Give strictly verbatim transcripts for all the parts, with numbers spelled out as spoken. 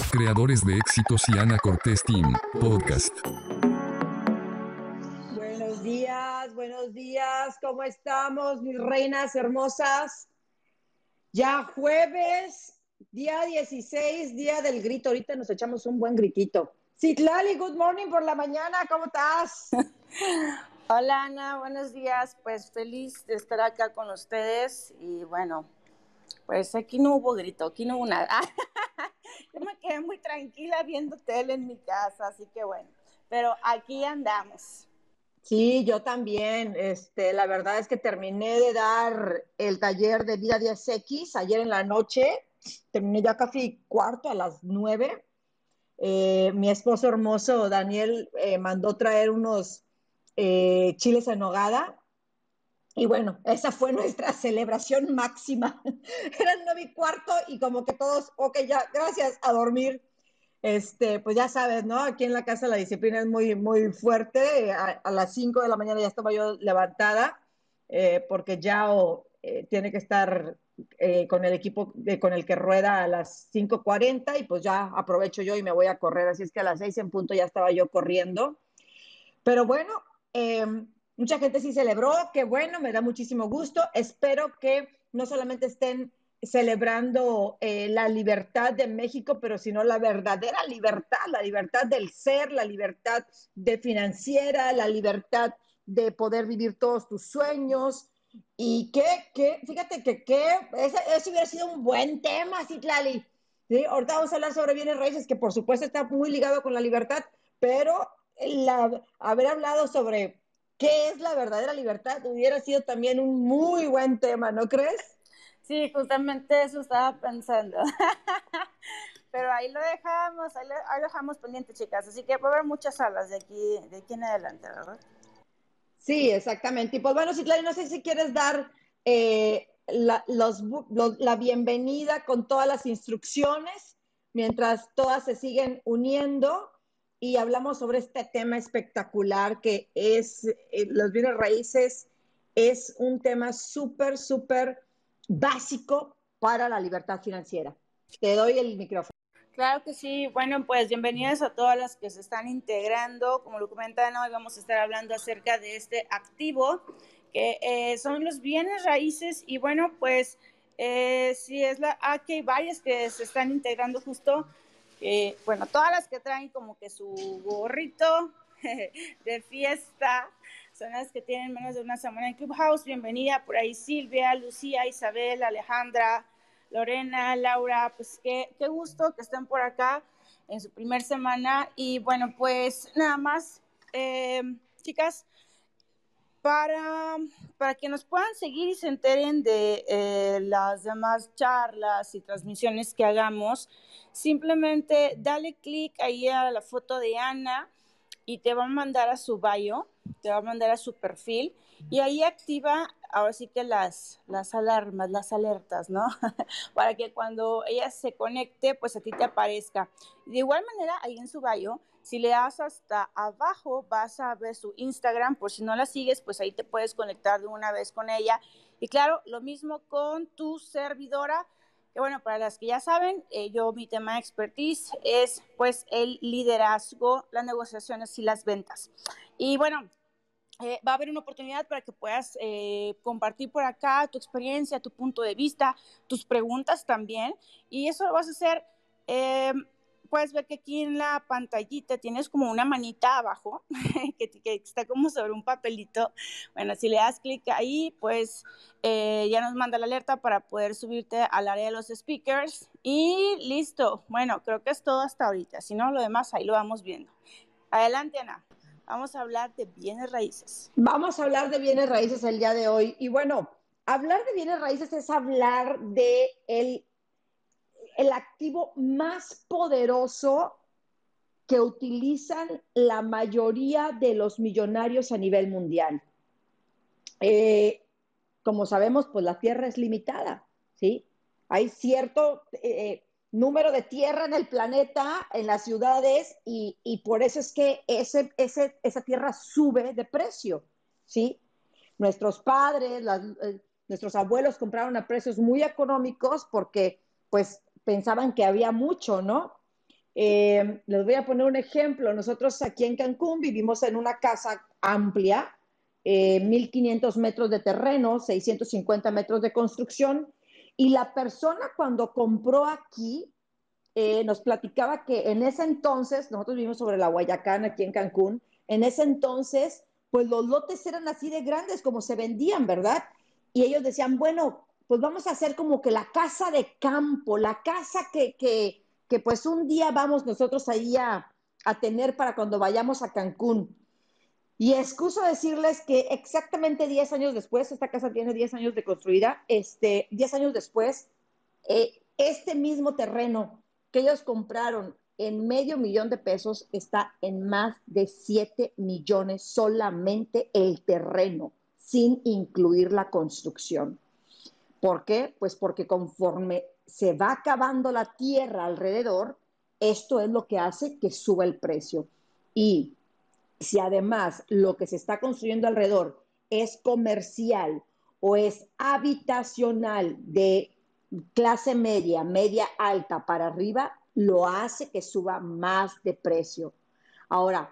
Creadores de éxitos y Ana Cortés Team, podcast. Buenos días, buenos días, ¿cómo estamos, mis reinas hermosas? Ya jueves, día dieciséis, día del grito. Ahorita nos echamos un buen gritito. Citlali, good morning por la mañana, ¿cómo estás? Hola Ana, buenos días. Pues feliz de estar acá con ustedes y bueno, pues aquí no hubo grito, aquí no hubo nada. Yo me quedé muy tranquila viendo tele en mi casa, así que bueno, pero aquí andamos. Sí, yo también. Este, la verdad es que terminé de dar el taller de Vida diez equis ayer en la noche. Terminé ya casi cuarto a las nueve. Eh, mi esposo hermoso, Daniel, eh, mandó traer unos eh, chiles en nogada. Y bueno, esa fue nuestra celebración máxima. Eran nueve y cuarto y como que todos, ok, ya, gracias, a dormir. Este, pues ya sabes, ¿no? Aquí en la casa la disciplina es muy, muy fuerte. A, a las cinco de la mañana ya estaba yo levantada eh, porque ya oh, eh, tiene que estar eh, con el equipo de, con el que rueda a las cinco cuarenta y pues ya aprovecho yo y me voy a correr. Así es que a las seis en punto ya estaba yo corriendo. Pero bueno, eh, mucha gente sí celebró, qué bueno, me da muchísimo gusto. Espero que no solamente estén celebrando eh, la libertad de México, pero sino la verdadera libertad, la libertad del ser, la libertad de financiera, la libertad de poder vivir todos tus sueños. Y que, que fíjate que, que ese, ese hubiera sido un buen tema, Citlali. ¿Sí? Ahorita vamos a hablar sobre bienes raíces, que por supuesto está muy ligado con la libertad, pero la, haber hablado sobre qué es la verdadera libertad hubiera sido también un muy buen tema, ¿no crees? Sí, justamente eso estaba pensando. Pero ahí lo dejamos, ahí lo, ahí lo dejamos pendiente, chicas. Así que va a haber muchas salas de aquí, de aquí en adelante, ¿verdad? Sí, exactamente. Y pues bueno, Citlali, no sé si quieres dar eh, la, los, los, la bienvenida con todas las instrucciones, mientras todas se siguen uniendo y hablamos sobre este tema espectacular que es eh, los bienes raíces, es un tema súper, súper básico para la libertad financiera. Te doy el micrófono. Claro que sí. Bueno, pues bienvenidas a todas las que se están integrando. Como lo comentan, hoy vamos a estar hablando acerca de este activo que eh, son los bienes raíces. Y bueno, pues eh, sí es la, aquí hay varias que se están integrando justo. Eh, bueno, todas las que traen como que su gorrito de fiesta son las que tienen menos de una semana en Clubhouse. Bienvenida por ahí Silvia, Lucía, Isabel, Alejandra, Lorena, Laura, pues qué, qué gusto que estén por acá en su primer semana. Y bueno, pues nada más, eh, chicas, para, para que nos puedan seguir y se enteren de eh, las demás charlas y transmisiones que hagamos, simplemente dale clic ahí a la foto de Ana y te va a mandar a su bio, te va a mandar a su perfil y ahí activa ahora sí que las, las alarmas, las alertas, ¿no? Para que cuando ella se conecte, pues a ti te aparezca. De igual manera, ahí en su bio, si le das hasta abajo, vas a ver su Instagram, por si no la sigues, pues ahí te puedes conectar de una vez con ella. Y claro, lo mismo con tu servidora, que bueno, para las que ya saben, eh, yo mi tema de expertise es pues el liderazgo, las negociaciones y las ventas. Y bueno, eh, va a haber una oportunidad para que puedas eh, compartir por acá tu experiencia, tu punto de vista, tus preguntas también. Y eso lo vas a hacer, eh, puedes ver que aquí en la pantallita tienes como una manita abajo que, que está como sobre un papelito. Bueno, si le das clic ahí, pues eh, ya nos manda la alerta para poder subirte al área de los speakers. Y listo. Bueno, creo que es todo hasta ahorita. Si no, lo demás ahí lo vamos viendo. Adelante, Ana. Vamos a hablar de bienes raíces. Vamos a hablar de bienes raíces el día de hoy. Y bueno, hablar de bienes raíces es hablar de el, el activo más poderoso que utilizan la mayoría de los millonarios a nivel mundial. Eh, como sabemos, pues la tierra es limitada, ¿sí? Hay cierto eh, número de tierra en el planeta, en las ciudades, y, y por eso es que ese, ese, esa tierra sube de precio, ¿sí? Nuestros padres, las, eh, nuestros abuelos compraron a precios muy económicos porque, pues, pensaban que había mucho, ¿no? Eh, les voy a poner un ejemplo. Nosotros aquí en Cancún vivimos en una casa amplia, eh, mil quinientos metros de terreno, seiscientos cincuenta metros de construcción, y la persona cuando compró aquí eh, nos platicaba que en ese entonces, nosotros vivimos sobre la Guayacán, aquí en Cancún, en ese entonces, pues los lotes eran así de grandes como se vendían, ¿verdad? Y ellos decían, bueno, pues vamos a hacer como que la casa de campo, la casa que, que, que pues un día vamos nosotros ahí a, a tener para cuando vayamos a Cancún. Y excuso decirles que exactamente diez años después, esta casa tiene diez años de construida, este, diez años después, eh, este mismo terreno que ellos compraron en medio millón de pesos está en más de siete millones solamente el terreno, sin incluir la construcción. ¿Por qué? Pues porque conforme se va acabando la tierra alrededor, esto es lo que hace que suba el precio. Y si además lo que se está construyendo alrededor es comercial o es habitacional de clase media, media alta para arriba, lo hace que suba más de precio. Ahora,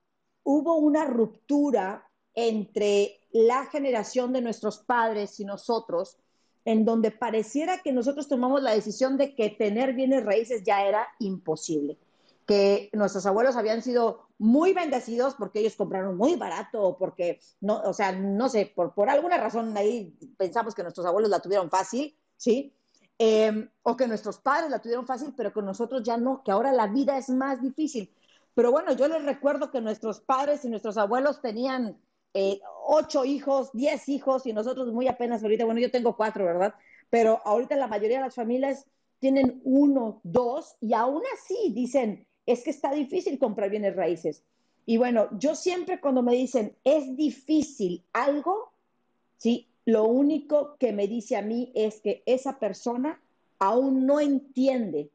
hubo una ruptura entre la generación de nuestros padres y nosotros, en donde pareciera que nosotros tomamos la decisión de que tener bienes raíces ya era imposible, que nuestros abuelos habían sido muy bendecidos porque ellos compraron muy barato o porque, no, o sea, no sé, por, por alguna razón ahí pensamos que nuestros abuelos la tuvieron fácil, ¿sí? Eh, o que nuestros padres la tuvieron fácil, pero con nosotros ya no, que ahora la vida es más difícil. Pero bueno, yo les recuerdo que nuestros padres y nuestros abuelos tenían eh, ocho hijos, diez hijos y nosotros muy apenas ahorita, bueno, yo tengo cuatro, ¿verdad? Pero ahorita la mayoría de las familias tienen uno, dos y aún así dicen, es que está difícil comprar bienes raíces. Y bueno, yo siempre cuando me dicen, es difícil algo, ¿sí? Lo único que me dice a mí es que esa persona aún no entiende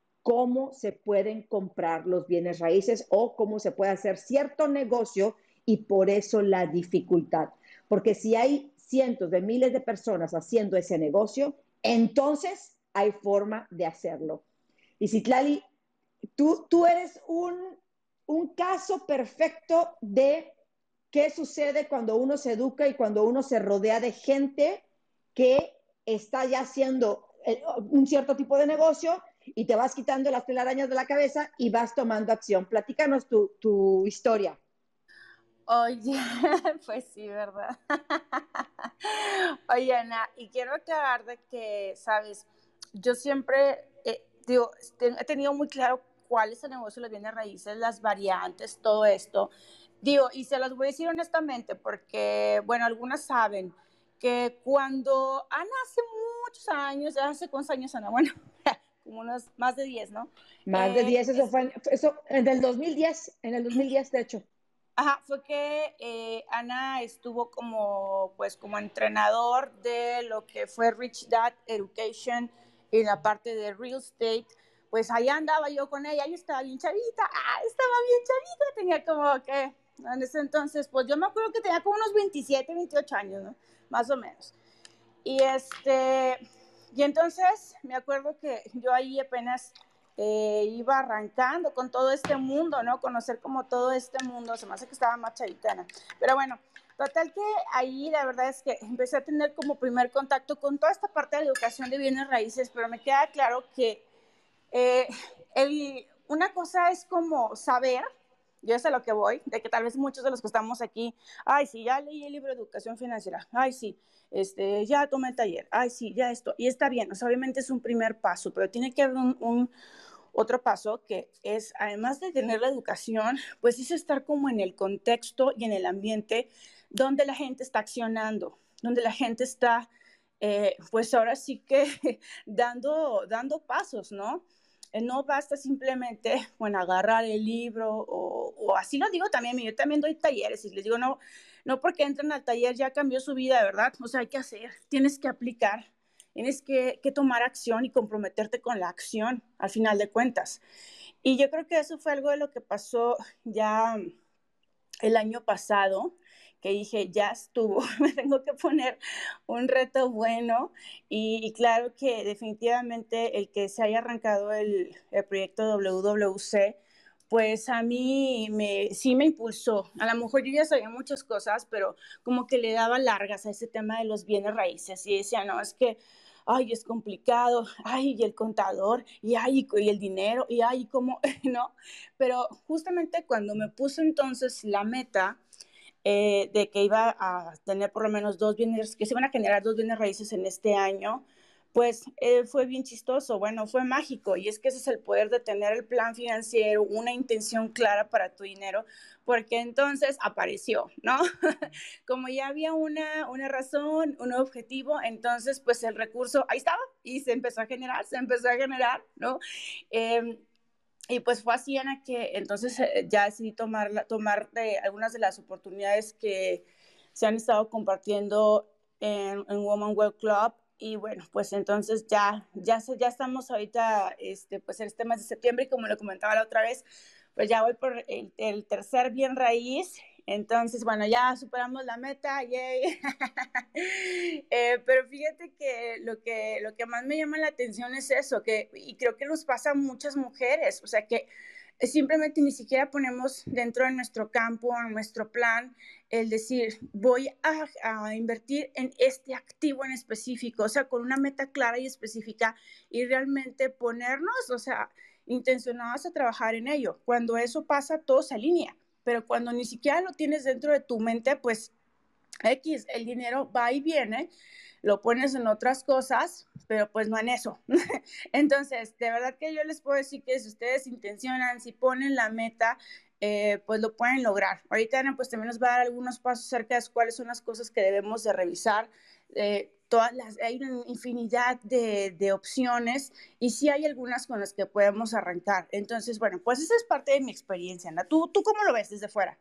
cómo se pueden comprar los bienes raíces o cómo se puede hacer cierto negocio y por eso la dificultad. Porque si hay cientos de miles de personas haciendo ese negocio, entonces hay forma de hacerlo. Y Citlali, tú, tú eres un, un caso perfecto de qué sucede cuando uno se educa y cuando uno se rodea de gente que está ya haciendo un cierto tipo de negocio y te vas quitando las telarañas de la cabeza y vas tomando acción. Platícanos tu, tu historia. Oye, pues sí, ¿verdad? Oye, Ana, y quiero aclarar de que, sabes, yo siempre, eh, digo, he tenido muy claro cuál es el negocio de los bienes raíces, las variantes, todo esto. Digo, y se las voy a decir honestamente, porque, bueno, algunas saben que cuando Ana hace muchos años, hace cuántos años, Ana, bueno, como unos más de diez, ¿no? Más de Eh, diez, eso fue, eso en el dos mil diez, en el dos mil diez, de hecho. Ajá, fue que eh, Ana estuvo como, pues, como entrenador de lo que fue Rich Dad Education en la parte de real estate. Pues allá andaba yo con ella, yo estaba bien chavita, ah, estaba bien chavita, tenía como que, en ese entonces, pues yo me acuerdo que tenía como unos veintisiete, veintiocho años, ¿no? Más o menos. Y este, y entonces me acuerdo que yo ahí apenas eh, iba arrancando con todo este mundo, ¿no? Conocer como todo este mundo, se me hace que estaba más chavitana. Pero bueno, total que ahí la verdad es que empecé a tener como primer contacto con toda esta parte de la educación de bienes raíces, pero me queda claro que eh, el, una cosa es como saber, yo es a lo que voy, de que tal vez muchos de los que estamos aquí, ay, sí, ya leí el libro de educación financiera, ay, sí, este, ya tomé el taller, ay, sí, ya esto, y está bien, o sea, obviamente es un primer paso, pero tiene que haber un, un otro paso que es, además de tener la educación, pues es estar como en el contexto y en el ambiente donde la gente está accionando, donde la gente está, eh, pues ahora sí que dando, dando pasos, ¿no? No basta simplemente, bueno, agarrar el libro o, o así lo digo también, yo también doy talleres y les digo, no, no porque entren al taller ya cambió su vida, ¿verdad? O sea, hay que hacer, tienes que aplicar, tienes que, que tomar acción y comprometerte con la acción al final de cuentas. Y yo creo que eso fue algo de lo que pasó ya el año pasado, que dije, ya estuvo, me tengo que poner un reto bueno. Y, y claro que definitivamente el que se haya arrancado el, el proyecto W W C, pues a mí me, sí me impulsó. A lo mejor yo ya sabía muchas cosas, pero como que le daba largas a ese tema de los bienes raíces y decía, no, es que, ay, es complicado, ay, y el contador, y ay, y el dinero, y ay, ¿cómo? ¿No? Pero justamente cuando me puso entonces la meta eh, de que iba a tener por lo menos dos bienes, que se iban a generar dos bienes raíces en este año, pues eh, fue bien chistoso, bueno, fue mágico, y es que ese es el poder de tener el plan financiero, una intención clara para tu dinero, porque entonces apareció, ¿no? Como ya había una, una razón, un objetivo, entonces pues el recurso ahí estaba y se empezó a generar, se empezó a generar, ¿no? Eh, y pues fue así, Ana, que entonces eh, ya decidí tomar, la, tomar de algunas de las oportunidades que se han estado compartiendo en, en Woman Well Club. Y bueno, pues entonces ya, ya, se, ya estamos ahorita, este, pues en este mes de septiembre, y como lo comentaba la otra vez, pues ya voy por el, el tercer bien raíz. Entonces, bueno, ya superamos la meta, yay. eh, pero fíjate que lo, que lo que más me llama la atención es eso, que, y creo que nos pasa a muchas mujeres, o sea que simplemente ni siquiera ponemos dentro de nuestro campo, en nuestro plan, el decir, voy a, a invertir en este activo en específico, o sea, con una meta clara y específica, y realmente ponernos, o sea, intencionadas a trabajar en ello. Cuando eso pasa, todo se alinea, pero cuando ni siquiera lo tienes dentro de tu mente, pues X, el dinero va y viene, lo pones en otras cosas, pero pues no en eso. Entonces, de verdad que yo les puedo decir que si ustedes intencionan, si ponen la meta, eh, pues lo pueden lograr. Ahorita Ana pues también nos va a dar algunos pasos acerca de cuáles son las cosas que debemos de revisar. Eh, todas las, hay una infinidad de, de opciones y sí hay algunas con las que podemos arrancar. Entonces, bueno, pues esa es parte de mi experiencia, Ana. ¿Tú, tú cómo lo ves desde fuera?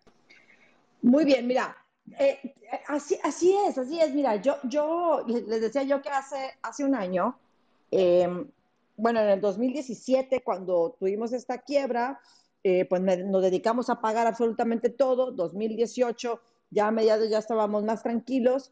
Muy bien, mira, eh, así, así es, así es. Mira, yo, yo les decía yo que hace, hace un año, eh, bueno, en el dos mil diecisiete, cuando tuvimos esta quiebra, eh, pues me, nos dedicamos a pagar absolutamente todo. dos mil dieciocho, ya a mediados ya estábamos más tranquilos.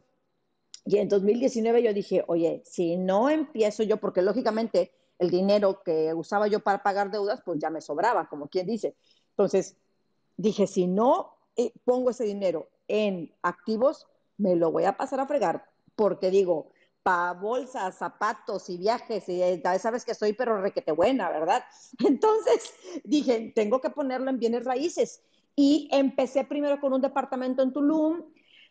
Y en dos mil diecinueve yo dije, oye, si no empiezo yo, porque lógicamente el dinero que usaba yo para pagar deudas, pues ya me sobraba, como quien dice. Entonces, dije, si no eh, pongo ese dinero en activos, me lo voy a pasar a fregar, porque digo, para bolsas, zapatos y viajes, y eh, ya sabes que soy pero requete buena, ¿verdad? Entonces dije, tengo que ponerlo en bienes raíces. Y empecé primero con un departamento en Tulum,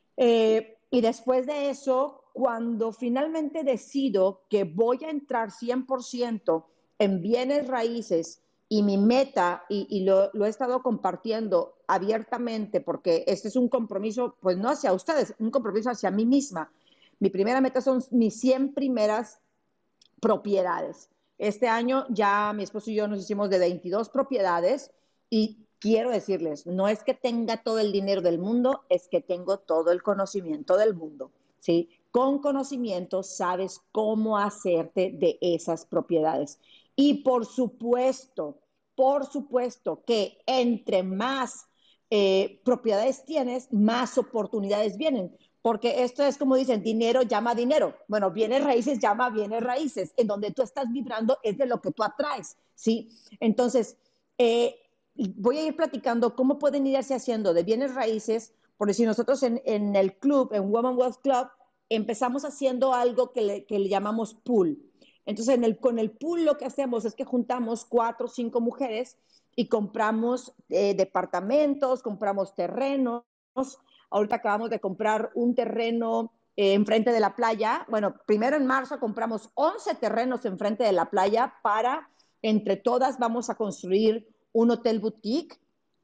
eh, y después de eso, cuando finalmente decido que voy a entrar cien por ciento en bienes raíces, y mi meta, y, y lo, lo, he estado compartiendo abiertamente, porque este es un compromiso, pues no hacia ustedes, un compromiso hacia mí misma. Mi primera meta son mis cien primeras propiedades. Este año ya mi esposo y yo nos hicimos de veintidós propiedades, y quiero decirles, no es que tenga todo el dinero del mundo, es que tengo todo el conocimiento del mundo, ¿sí? Con conocimiento sabes cómo hacerte de esas propiedades. Y por supuesto, por supuesto que entre más eh, propiedades tienes, más oportunidades vienen. Porque esto es como dicen, dinero llama dinero. Bueno, bienes raíces llama bienes raíces. En donde tú estás vibrando es de lo que tú atraes, ¿sí? Entonces, eh, voy a ir platicando cómo pueden irse haciendo de bienes raíces, porque si nosotros en, en el club, en Woman Wealth Club, empezamos haciendo algo que le, que le llamamos pool. Entonces, en el, con el pool lo que hacemos es que juntamos cuatro o cinco mujeres y compramos eh, departamentos, compramos terrenos. Ahorita acabamos de comprar un terreno eh, enfrente de la playa. Bueno, primero en marzo compramos once terrenos enfrente de la playa para, entre todas, vamos a construir un hotel boutique.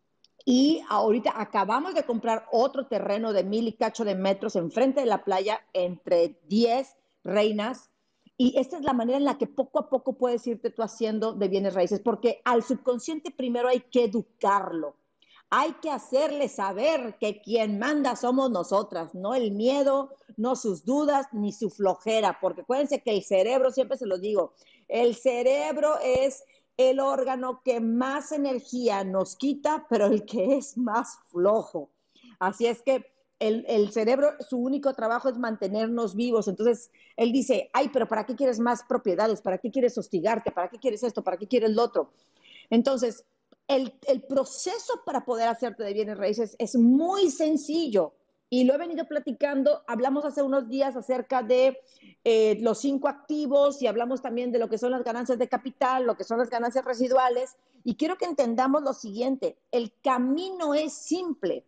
Y ahorita acabamos de comprar otro terreno de mil y cacho de metros enfrente de la playa, entre diez reinas. Y esta es la manera en la que poco a poco puedes irte tú haciendo de bienes raíces, porque al subconsciente primero hay que educarlo. Hay que hacerle saber que quien manda somos nosotras, no el miedo, no sus dudas, ni su flojera, porque acuérdense que el cerebro, siempre se lo digo, el cerebro es el órgano que más energía nos quita, pero el que es más flojo. Así es que el, el cerebro, su único trabajo es mantenernos vivos. Entonces, él dice, ay, pero ¿para qué quieres más propiedades? ¿Para qué quieres hostigarte? ¿Para qué quieres esto? ¿Para qué quieres lo otro? Entonces, el, el proceso para poder hacerte de bienes raíces es muy sencillo. Y lo he venido platicando, hablamos hace unos días acerca de eh, los cinco activos y hablamos también de lo que son las ganancias de capital, lo que son las ganancias residuales. Y quiero que entendamos lo siguiente, el camino es simple.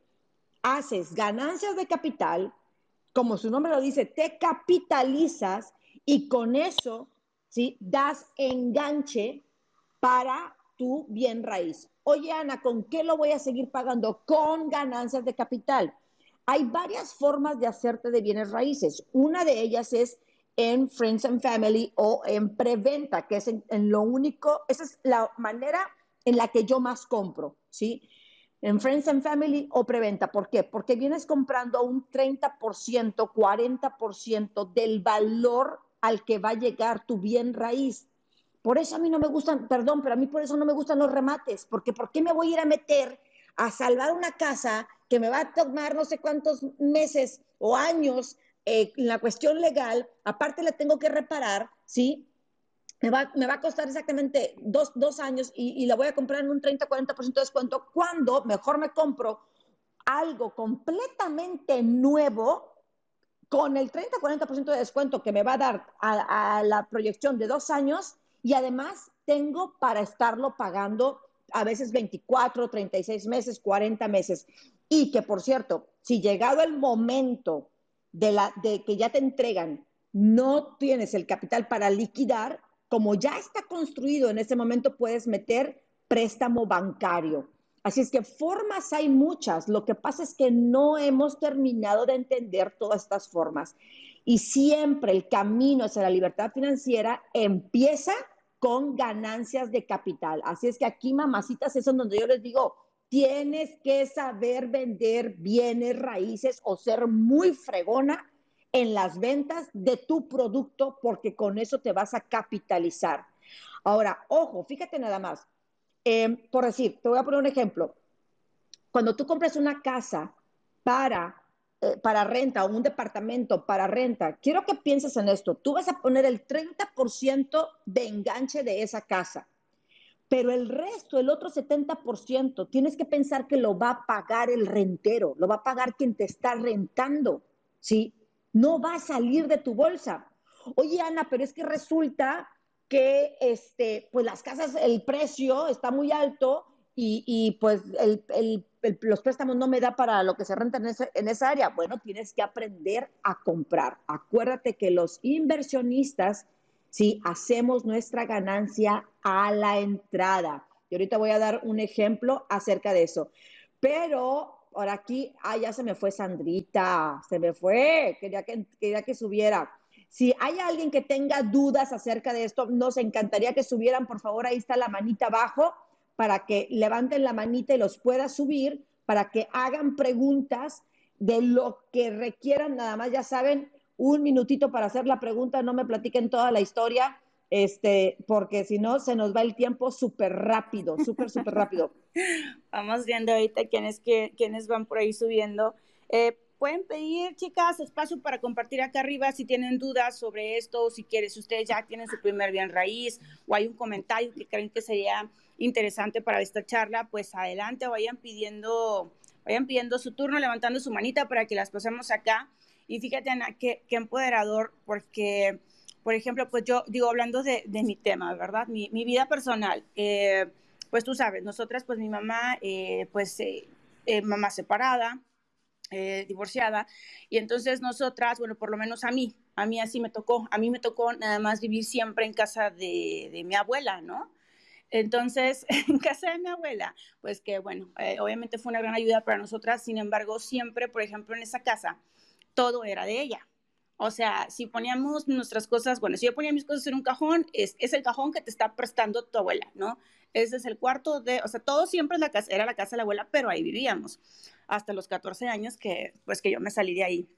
Haces ganancias de capital, como su nombre lo dice, te capitalizas y con eso, ¿sí?, das enganche para tu bien raíz. Oye, Ana, ¿con qué lo voy a seguir pagando? Con ganancias de capital. Hay varias formas de hacerte de bienes raíces. Una de ellas es en Friends and Family o en preventa, que es en, en lo único, esa es la manera en la que yo más compro, ¿sí? En Friends and Family o preventa. ¿Por qué? Porque vienes comprando un treinta por ciento, cuarenta por ciento del valor al que va a llegar tu bien raíz. Por eso a mí no me gustan, perdón, pero a mí por eso no me gustan los remates, porque ¿por qué me voy a ir a meter a salvar una casa que me va a tomar no sé cuántos meses o años eh, en la cuestión legal? Aparte le tengo que reparar, ¿sí? Me va, me va a costar exactamente dos, dos años y, y la voy a comprar en un treinta, cuarenta por ciento de descuento, cuando mejor me compro algo completamente nuevo con el treinta, cuarenta por ciento de descuento que me va a dar a, a la proyección de dos años y además tengo para estarlo pagando a veces veinticuatro, treinta y seis meses, cuarenta meses. Y que, por cierto, si llegado el momento de, la, de que ya te entregan, no tienes el capital para liquidar, como ya está construido en ese momento, puedes meter préstamo bancario. Así es que formas hay muchas, lo que pasa es que no hemos terminado de entender todas estas formas. Y siempre el camino hacia la libertad financiera empieza con ganancias de capital. Así es que aquí, mamacitas, es donde yo les digo, tienes que saber vender bienes raíces o ser muy fregona en las ventas de tu producto, porque con eso te vas a capitalizar. Ahora, ojo, fíjate nada más. Eh, por decir, te voy a poner un ejemplo. Cuando tú compras una casa para, eh, para renta o un departamento para renta, quiero que pienses en esto. Tú vas a poner el treinta por ciento de enganche de esa casa, pero el resto, el otro setenta por ciento, tienes que pensar que lo va a pagar el rentero, lo va a pagar quien te está rentando, ¿sí? No va a salir de tu bolsa. Oye, Ana, pero es que resulta que este, pues las casas, el precio está muy alto y, y pues el, el, el, los préstamos no me da para lo que se renta en, ese, en esa área. Bueno, tienes que aprender a comprar. Acuérdate que los inversionistas, sí, hacemos nuestra ganancia a la entrada. Y ahorita voy a dar un ejemplo acerca de eso. Pero ahora aquí, ah, ya se me fue Sandrita, se me fue, quería que, quería que subiera. Si hay alguien que tenga dudas acerca de esto, nos encantaría que subieran, por favor, ahí está la manita abajo, para que levanten la manita y los pueda subir, para que hagan preguntas de lo que requieran, nada más, ya saben, un minutito para hacer la pregunta, no me platiquen toda la historia, este, porque si no, se nos va el tiempo súper rápido, súper, súper rápido. Vamos viendo ahorita quiénes, que, quiénes van por ahí subiendo. Eh, pueden pedir, chicas, espacio para compartir acá arriba si tienen dudas sobre esto, si quieren, si ustedes ya tienen su primer bien raíz o hay un comentario que creen que sería interesante para esta charla, pues adelante, vayan pidiendo, vayan pidiendo su turno, levantando su manita para que las pasemos acá. Y fíjate, Ana, qué, qué empoderador, porque, por ejemplo, pues yo digo, hablando de, de mi tema, ¿verdad? Mi, mi vida personal, eh, pues tú sabes, nosotras, pues mi mamá, eh, pues eh, eh, mamá separada, eh, divorciada, y entonces nosotras, bueno, por lo menos a mí, a mí así me tocó, a mí me tocó nada más vivir siempre en casa de, de mi abuela, ¿no? Entonces, en casa de mi abuela, pues que bueno, eh, obviamente fue una gran ayuda para nosotras, sin embargo, siempre, por ejemplo, en esa casa, todo era de ella. O sea, si poníamos nuestras cosas, bueno, si yo ponía mis cosas en un cajón, es, es el cajón que te está prestando tu abuela, ¿no? Ese es el cuarto de, o sea, todo siempre es la casa, era la casa de la abuela, pero ahí vivíamos hasta los catorce años que, pues, que yo me salí de ahí.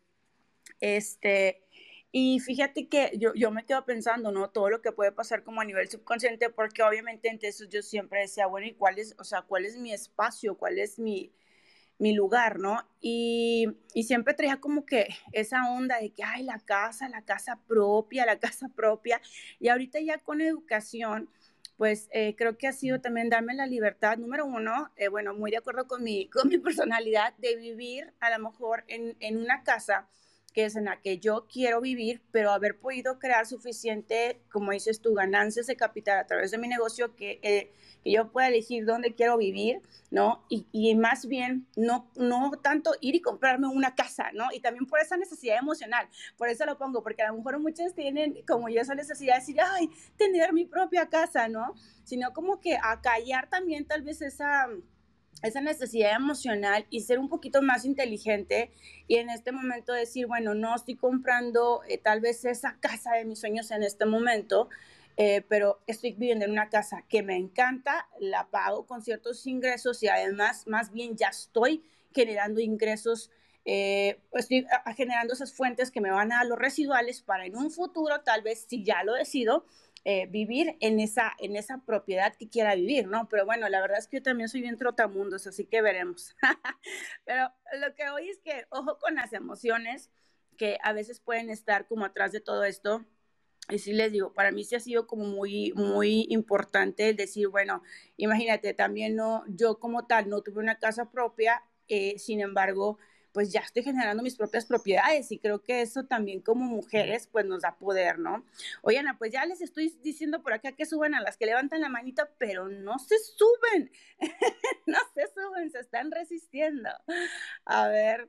Este, y fíjate que yo, yo me quedo pensando, ¿no? Todo lo que puede pasar como a nivel subconsciente, porque obviamente entre eso yo siempre decía, bueno, ¿y cuál es, o sea, cuál es mi espacio? ¿Cuál es mi, mi lugar, ¿no? Y, y siempre traía como que esa onda de que, ay, la casa, la casa propia, la casa propia. Y ahorita ya con educación, pues eh, creo que ha sido también darme la libertad, número uno, eh, bueno, muy de acuerdo con mi, con mi personalidad, de vivir a lo mejor en, en una casa que es en la que yo quiero vivir, pero haber podido crear suficiente, como dices tú, ganancias de capital a través de mi negocio que, eh, que yo pueda elegir dónde quiero vivir, ¿no? Y, y más bien, no, no tanto ir y comprarme una casa, ¿no? Y también por esa necesidad emocional, por eso lo pongo, porque a lo mejor muchos tienen como yo esa necesidad de decir, ay, tener mi propia casa, ¿no? Sino como que acallar también tal vez esa... esa necesidad emocional y ser un poquito más inteligente y en este momento decir, bueno, no estoy comprando eh, tal vez esa casa de mis sueños en este momento, eh, pero estoy viviendo en una casa que me encanta, la pago con ciertos ingresos y además más bien ya estoy generando ingresos, eh, estoy a, generando esas fuentes que me van a dar los residuales para en un futuro, tal vez si ya lo decido, eh, vivir en esa, en esa propiedad que quiera vivir, ¿no? Pero bueno, la verdad es que yo también soy bien trotamundos, así que veremos. Pero lo que hoy es que, ojo con las emociones que a veces pueden estar como atrás de todo esto. Y sí les digo, para mí sí ha sido como muy, muy importante el decir, bueno, imagínate, también no, yo como tal no tuve una casa propia, eh, sin embargo, pues ya estoy generando mis propias propiedades y creo que eso también como mujeres pues nos da poder, ¿no? Oye, Ana, pues ya les estoy diciendo por acá que suban a las que levantan la manita, pero no se suben, no se suben, se están resistiendo. A ver,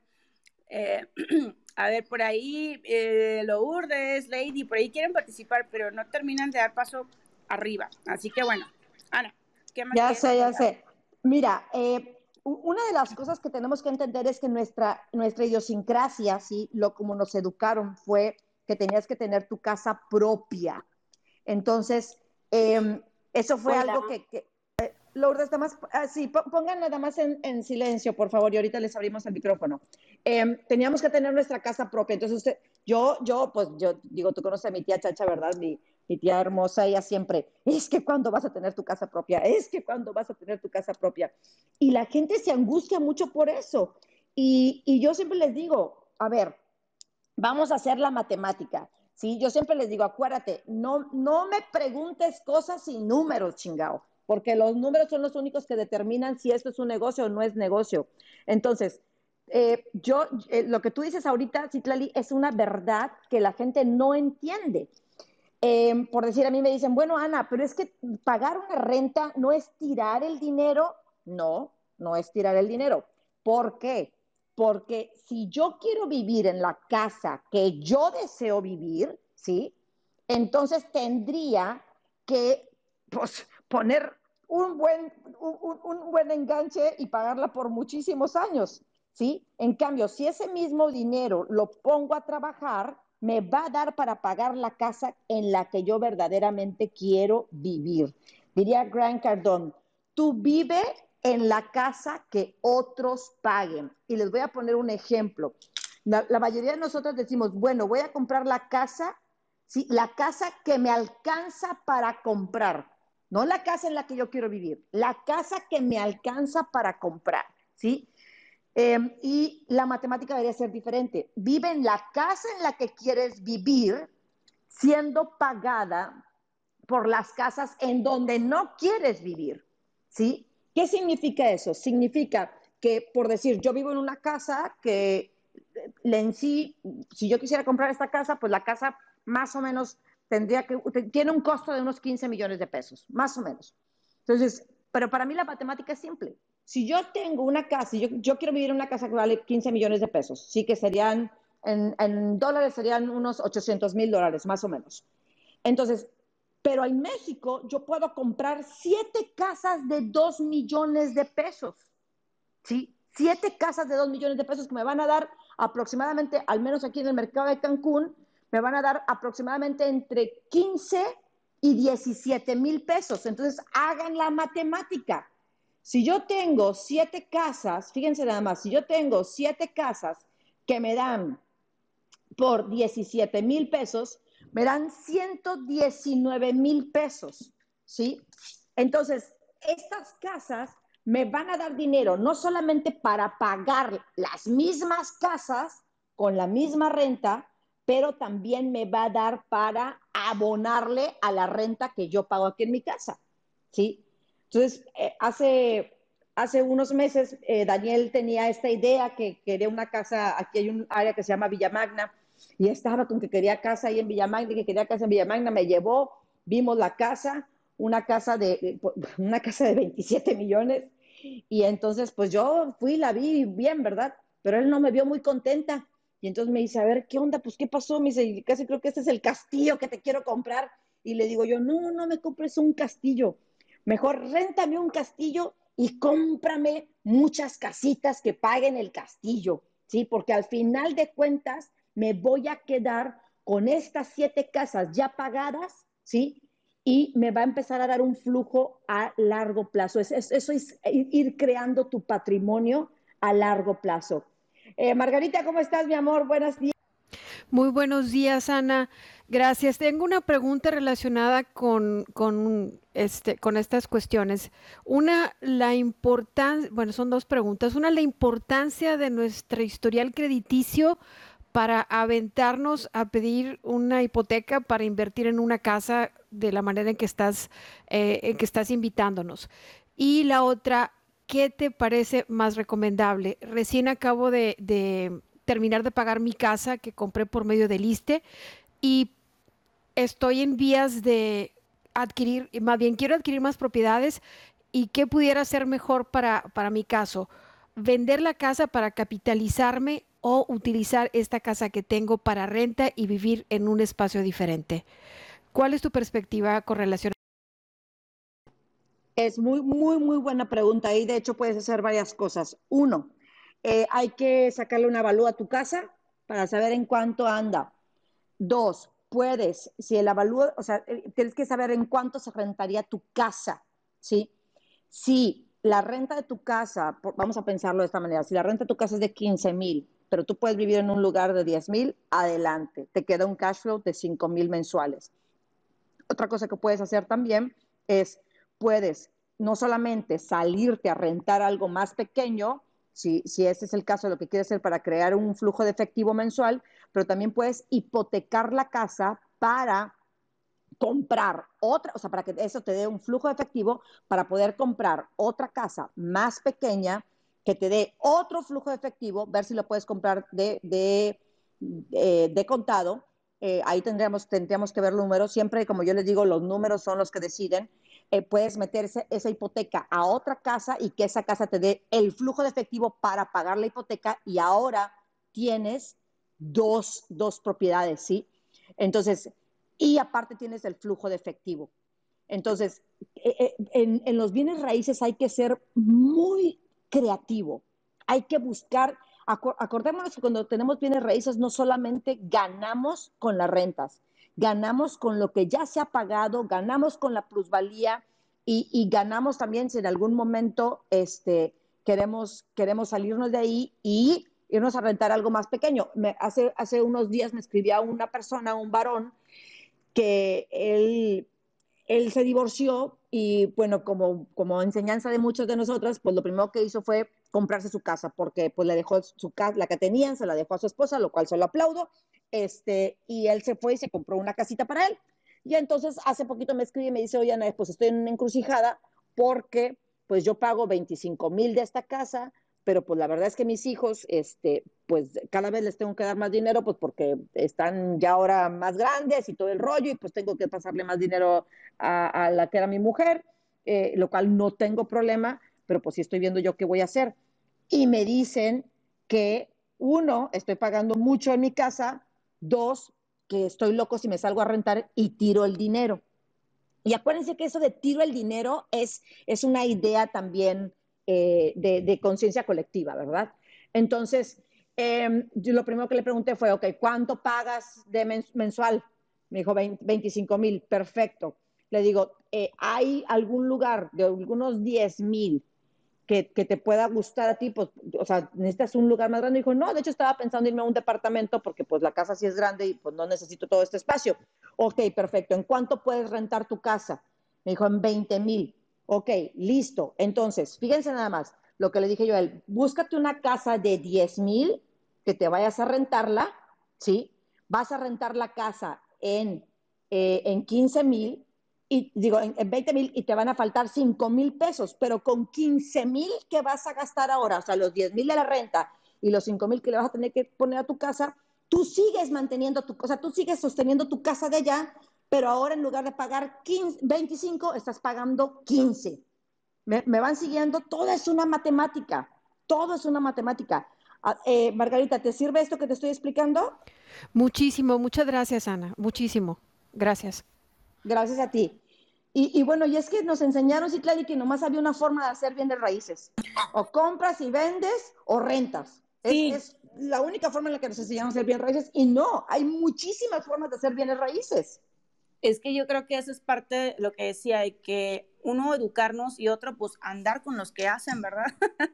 eh, a ver, por ahí eh, Lourdes, Lady, por ahí quieren participar, pero no terminan de dar paso arriba. Así que bueno, Ana, ¿qué más Ya quieres sé, ya aportar? sé. Mira, eh, una de las cosas que tenemos que entender es que nuestra, nuestra idiosincrasia, ¿sí? Lo como nos educaron fue que tenías que tener tu casa propia. Entonces, eh, eso fue Hola. algo que, que eh, Lourdes, nada más, ah, sí, pongan nada más en, en, silencio, por favor, y ahorita les abrimos el micrófono. Eh, teníamos que tener nuestra casa propia. Entonces, usted, yo, yo, pues, yo digo, tú conoces a mi tía Chacha, ¿verdad? Mi, mi tía hermosa, ella siempre, es que cuando vas a tener tu casa propia, es que cuando vas a tener tu casa propia. Y la gente se angustia mucho por eso. Y, y yo siempre les digo, a ver, vamos a hacer la matemática. ¿Sí? Yo siempre les digo, acuérdate, no, no me preguntes cosas sin números, chingao, porque los números son los únicos que determinan si esto es un negocio o no es negocio. Entonces, eh, yo, eh, lo que tú dices ahorita, Citlali, es una verdad que la gente no entiende. Eh, por decir, a mí me dicen, bueno, Ana, pero es que pagar una renta no es tirar el dinero. No, no es tirar el dinero. ¿Por qué? Porque si yo quiero vivir en la casa que yo deseo vivir, ¿sí? Entonces tendría que pues, poner un buen, un, un buen enganche y pagarla por muchísimos años, ¿sí? En cambio, si ese mismo dinero lo pongo a trabajar, me va a dar para pagar la casa en la que yo verdaderamente quiero vivir. Diría Grant Cardone, tú vive en la casa que otros paguen. Y les voy a poner un ejemplo. La, la mayoría de nosotros decimos, bueno, voy a comprar la casa, ¿sí? La casa que me alcanza para comprar. No la casa en la que yo quiero vivir, la casa que me alcanza para comprar, ¿sí? Eh, y la matemática debería ser diferente. Vive en la casa en la que quieres vivir, siendo pagada por las casas en donde no quieres vivir, ¿sí? ¿Qué significa eso? Significa que, por decir, yo vivo en una casa que en sí, si yo quisiera comprar esta casa, pues la casa más o menos tendría que, tiene un costo de unos quince millones de pesos, más o menos. Entonces, pero para mí la matemática es simple. Si yo tengo una casa, yo, yo quiero vivir en una casa que vale quince millones de pesos, sí que serían, en, en dólares serían unos ochocientos mil dólares, más o menos. Entonces, pero en México yo puedo comprar siete casas de dos millones de pesos, ¿sí? Siete casas de dos millones de pesos que me van a dar aproximadamente, al menos aquí en el mercado de Cancún, me van a dar aproximadamente entre quince y diecisiete mil pesos. Entonces, hagan la matemática. Si yo tengo siete casas, fíjense nada más, si yo tengo siete casas que me dan por diecisiete mil pesos, me dan ciento diecinueve mil pesos, ¿sí? Entonces, estas casas me van a dar dinero no solamente para pagar las mismas casas con la misma renta, pero también me va a dar para abonarle a la renta que yo pago aquí en mi casa, ¿sí? Entonces, eh, hace, hace unos meses eh, Daniel tenía esta idea que quería una casa, aquí hay un área que se llama Villa Magna, y estaba con que quería casa ahí en Villa Magna, y que quería casa en Villa Magna, me llevó, vimos la casa, una casa de, una casa de veintisiete millones, y entonces pues yo fui, la vi bien, ¿verdad? Pero él no me vio muy contenta, y entonces me dice, a ver, ¿qué onda? Pues, ¿qué pasó? Me dice, casi creo que este es el castillo que te quiero comprar, y le digo yo, no, no me compres un castillo, mejor réntame un castillo y cómprame muchas casitas que paguen el castillo, ¿sí? Porque al final de cuentas me voy a quedar con estas siete casas ya pagadas, ¿sí? Y me va a empezar a dar un flujo a largo plazo. Eso es, eso es ir creando tu patrimonio a largo plazo. Eh, Margarita, ¿cómo estás, mi amor? Buenos días. Muy buenos días, Ana. Gracias. Tengo una pregunta relacionada con, con, este, con estas cuestiones. Una, la importancia, bueno, son dos preguntas. Una, la importancia de nuestro historial crediticio para aventarnos a pedir una hipoteca para invertir en una casa de la manera en que estás, eh, en que estás invitándonos. Y la otra, ¿qué te parece más recomendable? Recién acabo de, de terminar de pagar mi casa que compré por medio del ISSSTE y estoy en vías de adquirir, más bien quiero adquirir más propiedades y qué pudiera ser mejor para, para mi caso, vender la casa para capitalizarme o utilizar esta casa que tengo para renta y vivir en un espacio diferente. ¿Cuál es tu perspectiva con relación? Es muy, muy, muy buena pregunta y de hecho puedes hacer varias cosas. Uno, eh, hay que sacarle una avalúo a tu casa para saber en cuánto anda. Dos, puedes, si el avalúo, o sea, eh, tienes que saber en cuánto se rentaría tu casa, ¿sí? Si la renta de tu casa, por, vamos a pensarlo de esta manera, si la renta de tu casa es de quince mil, pero tú puedes vivir en un lugar de diez mil, adelante, te queda un cash flow de cinco mil mensuales. Otra cosa que puedes hacer también es, puedes no solamente salirte a rentar algo más pequeño, si, si ese es el caso de lo que quieres hacer para crear un flujo de efectivo mensual, pero también puedes hipotecar la casa para comprar otra, o sea, para que eso te dé un flujo de efectivo para poder comprar otra casa más pequeña que te dé otro flujo de efectivo, ver si lo puedes comprar de, de, de, de contado. Eh, ahí tendríamos, tendríamos que ver los números. Siempre, como yo les digo, los números son los que deciden. Eh, puedes meterse esa hipoteca a otra casa y que esa casa te dé el flujo de efectivo para pagar la hipoteca y ahora tienes dos, dos propiedades, ¿sí? Entonces, y aparte tienes el flujo de efectivo. Entonces, en, en los bienes raíces hay que ser muy creativo, hay que buscar, acordémonos que cuando tenemos bienes raíces no solamente ganamos con las rentas, ganamos con lo que ya se ha pagado, ganamos con la plusvalía y, y ganamos también si en algún momento este, queremos, queremos salirnos de ahí y irnos a rentar algo más pequeño. Me, hace, hace unos días me escribía una persona, un varón, que él, él se divorció y bueno, como, como enseñanza de muchos de nosotros, pues lo primero que hizo fue comprarse su casa, porque pues le dejó su casa, la que tenían, se la dejó a su esposa, lo cual se lo aplaudo, este, y él se fue y se compró una casita para él. Y entonces hace poquito me escribe y me dice, oye Ana, pues estoy en una encrucijada porque pues yo pago veinticinco mil de esta casa, pero pues la verdad es que mis hijos, este, pues cada vez les tengo que dar más dinero, pues porque están ya ahora más grandes y todo el rollo, y pues tengo que pasarle más dinero a, a la que era mi mujer, eh, lo cual no tengo problema, pero pues sí estoy viendo yo qué voy a hacer. Y me dicen que, uno, estoy pagando mucho en mi casa, dos, que estoy loco si me salgo a rentar y tiro el dinero. Y acuérdense que eso de tiro el dinero es, es una idea también eh, de, de conciencia colectiva, ¿verdad? Entonces, eh, yo lo primero que le pregunté fue, ok, ¿cuánto pagas de mensual? Me dijo veinticinco mil, perfecto. Le digo, eh, ¿hay algún lugar de algunos diez mil que, que te pueda gustar a ti? Pues, o sea, ¿necesitas un lugar más grande? Y dijo, no, de hecho estaba pensando irme a un departamento porque pues la casa sí es grande y pues no necesito todo este espacio. Ok, perfecto. ¿En cuánto puedes rentar tu casa? Me dijo, en veinte mil. Ok, listo. Entonces, fíjense nada más, lo que le dije yo a él, búscate una casa de diez mil, que te vayas a rentarla, ¿sí? Vas a rentar la casa en, eh, en quince mil, y digo, en, en veinte mil, y te van a faltar cinco mil pesos, pero con quince mil que vas a gastar ahora, o sea, los diez mil de la renta y los cinco mil que le vas a tener que poner a tu casa, tú sigues manteniendo tu, o sea, tú sigues sosteniendo tu casa de allá, pero ahora en lugar de pagar quince, veinticinco, estás pagando quince. ¿Me, me van siguiendo? Todo es una matemática, todo es una matemática. Ah, eh, Margarita, ¿te sirve esto que te estoy explicando? Muchísimo, muchas gracias, Ana, muchísimo. Gracias. Gracias a ti. Y, y bueno, y es que nos enseñaron, sí, Clary, que nomás había una forma de hacer bienes raíces. O compras y vendes o rentas. Es, Sí, es la única forma en la que nos enseñaron a hacer bienes raíces. Y no, hay muchísimas formas de hacer bienes raíces. es que yo creo que eso es parte de lo que decía, de que uno educarnos y otro pues andar con los que hacen, ¿verdad?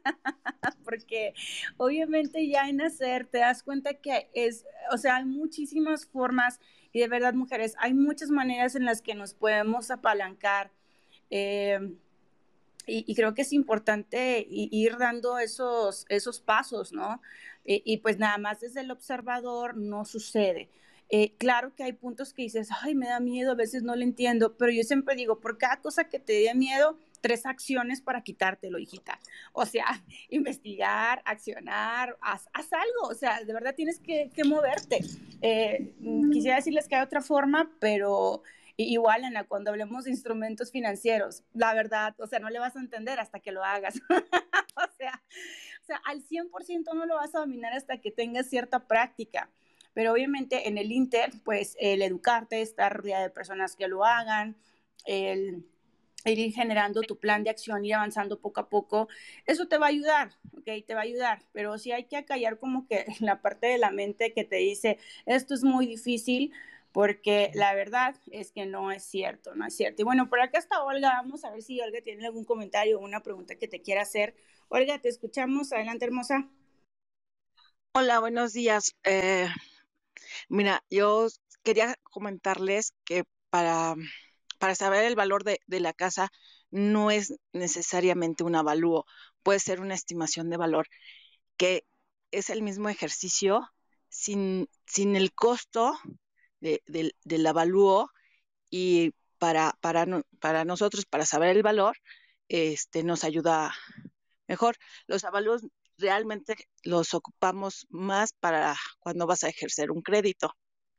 Porque obviamente ya en hacer te das cuenta que es, o sea, hay muchísimas formas y de verdad, mujeres, hay muchas maneras en las que nos podemos apalancar. Eh, y, y, creo que es importante ir dando esos, esos pasos, ¿no? Y, y pues nada más desde el observador no sucede. Eh, claro que hay puntos que dices, ay, me da miedo, a veces no lo entiendo, pero yo siempre digo, por cada cosa que te dé miedo, tres acciones para quitártelo, hijita. O sea, investigar, accionar, haz, haz algo, o sea, de verdad tienes que, que moverte. Eh, quisiera decirles que hay otra forma, pero igual, Ana, cuando hablemos de instrumentos financieros, la verdad, o sea, no le vas a entender hasta que lo hagas. o, sea, o sea, al cien por ciento no lo vas a dominar hasta que tengas cierta práctica. Pero obviamente en el Inter, pues el educarte, estar rodeada de personas que lo hagan, el, el ir generando tu plan de acción, ir avanzando poco a poco, eso te va a ayudar, ¿ok? Te va a ayudar, pero sí hay que acallar como que la parte de la mente que te dice, esto es muy difícil, porque la verdad es que no es cierto, no es cierto. Y bueno, por acá está Olga, vamos a ver si Olga tiene algún comentario o una pregunta que te quiera hacer. Olga, te escuchamos, adelante, hermosa. Hola, buenos días. Eh, mira, yo quería comentarles que para, para saber el valor de, de la casa no es necesariamente un avalúo, puede ser una estimación de valor, que es el mismo ejercicio sin, sin el costo de, de, del avalúo, y para, para, no, para nosotros, para saber el valor, este, nos ayuda mejor. Los avalúos realmente los ocupamos más para cuando vas a ejercer un crédito.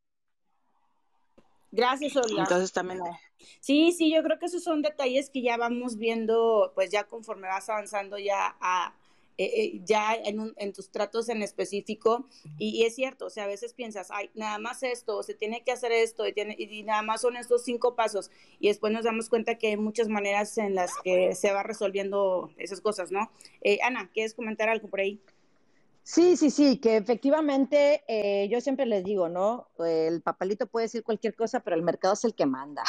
Gracias, Olga. Entonces también... Sí, sí, yo creo que esos son detalles que ya vamos viendo, pues ya conforme vas avanzando ya a... Eh, eh, ya en, un, en tus tratos en específico, y, y es cierto, o sea, a veces piensas, ay, nada más esto, o se tiene que hacer esto, y, tiene, y nada más son estos cinco pasos, y después nos damos cuenta que hay muchas maneras en las que se va resolviendo esas cosas, ¿no? Eh, Ana, ¿quieres comentar algo por ahí? Sí, sí, sí, que efectivamente eh, yo siempre les digo, ¿no? El papelito puede decir cualquier cosa, pero el mercado es el que manda.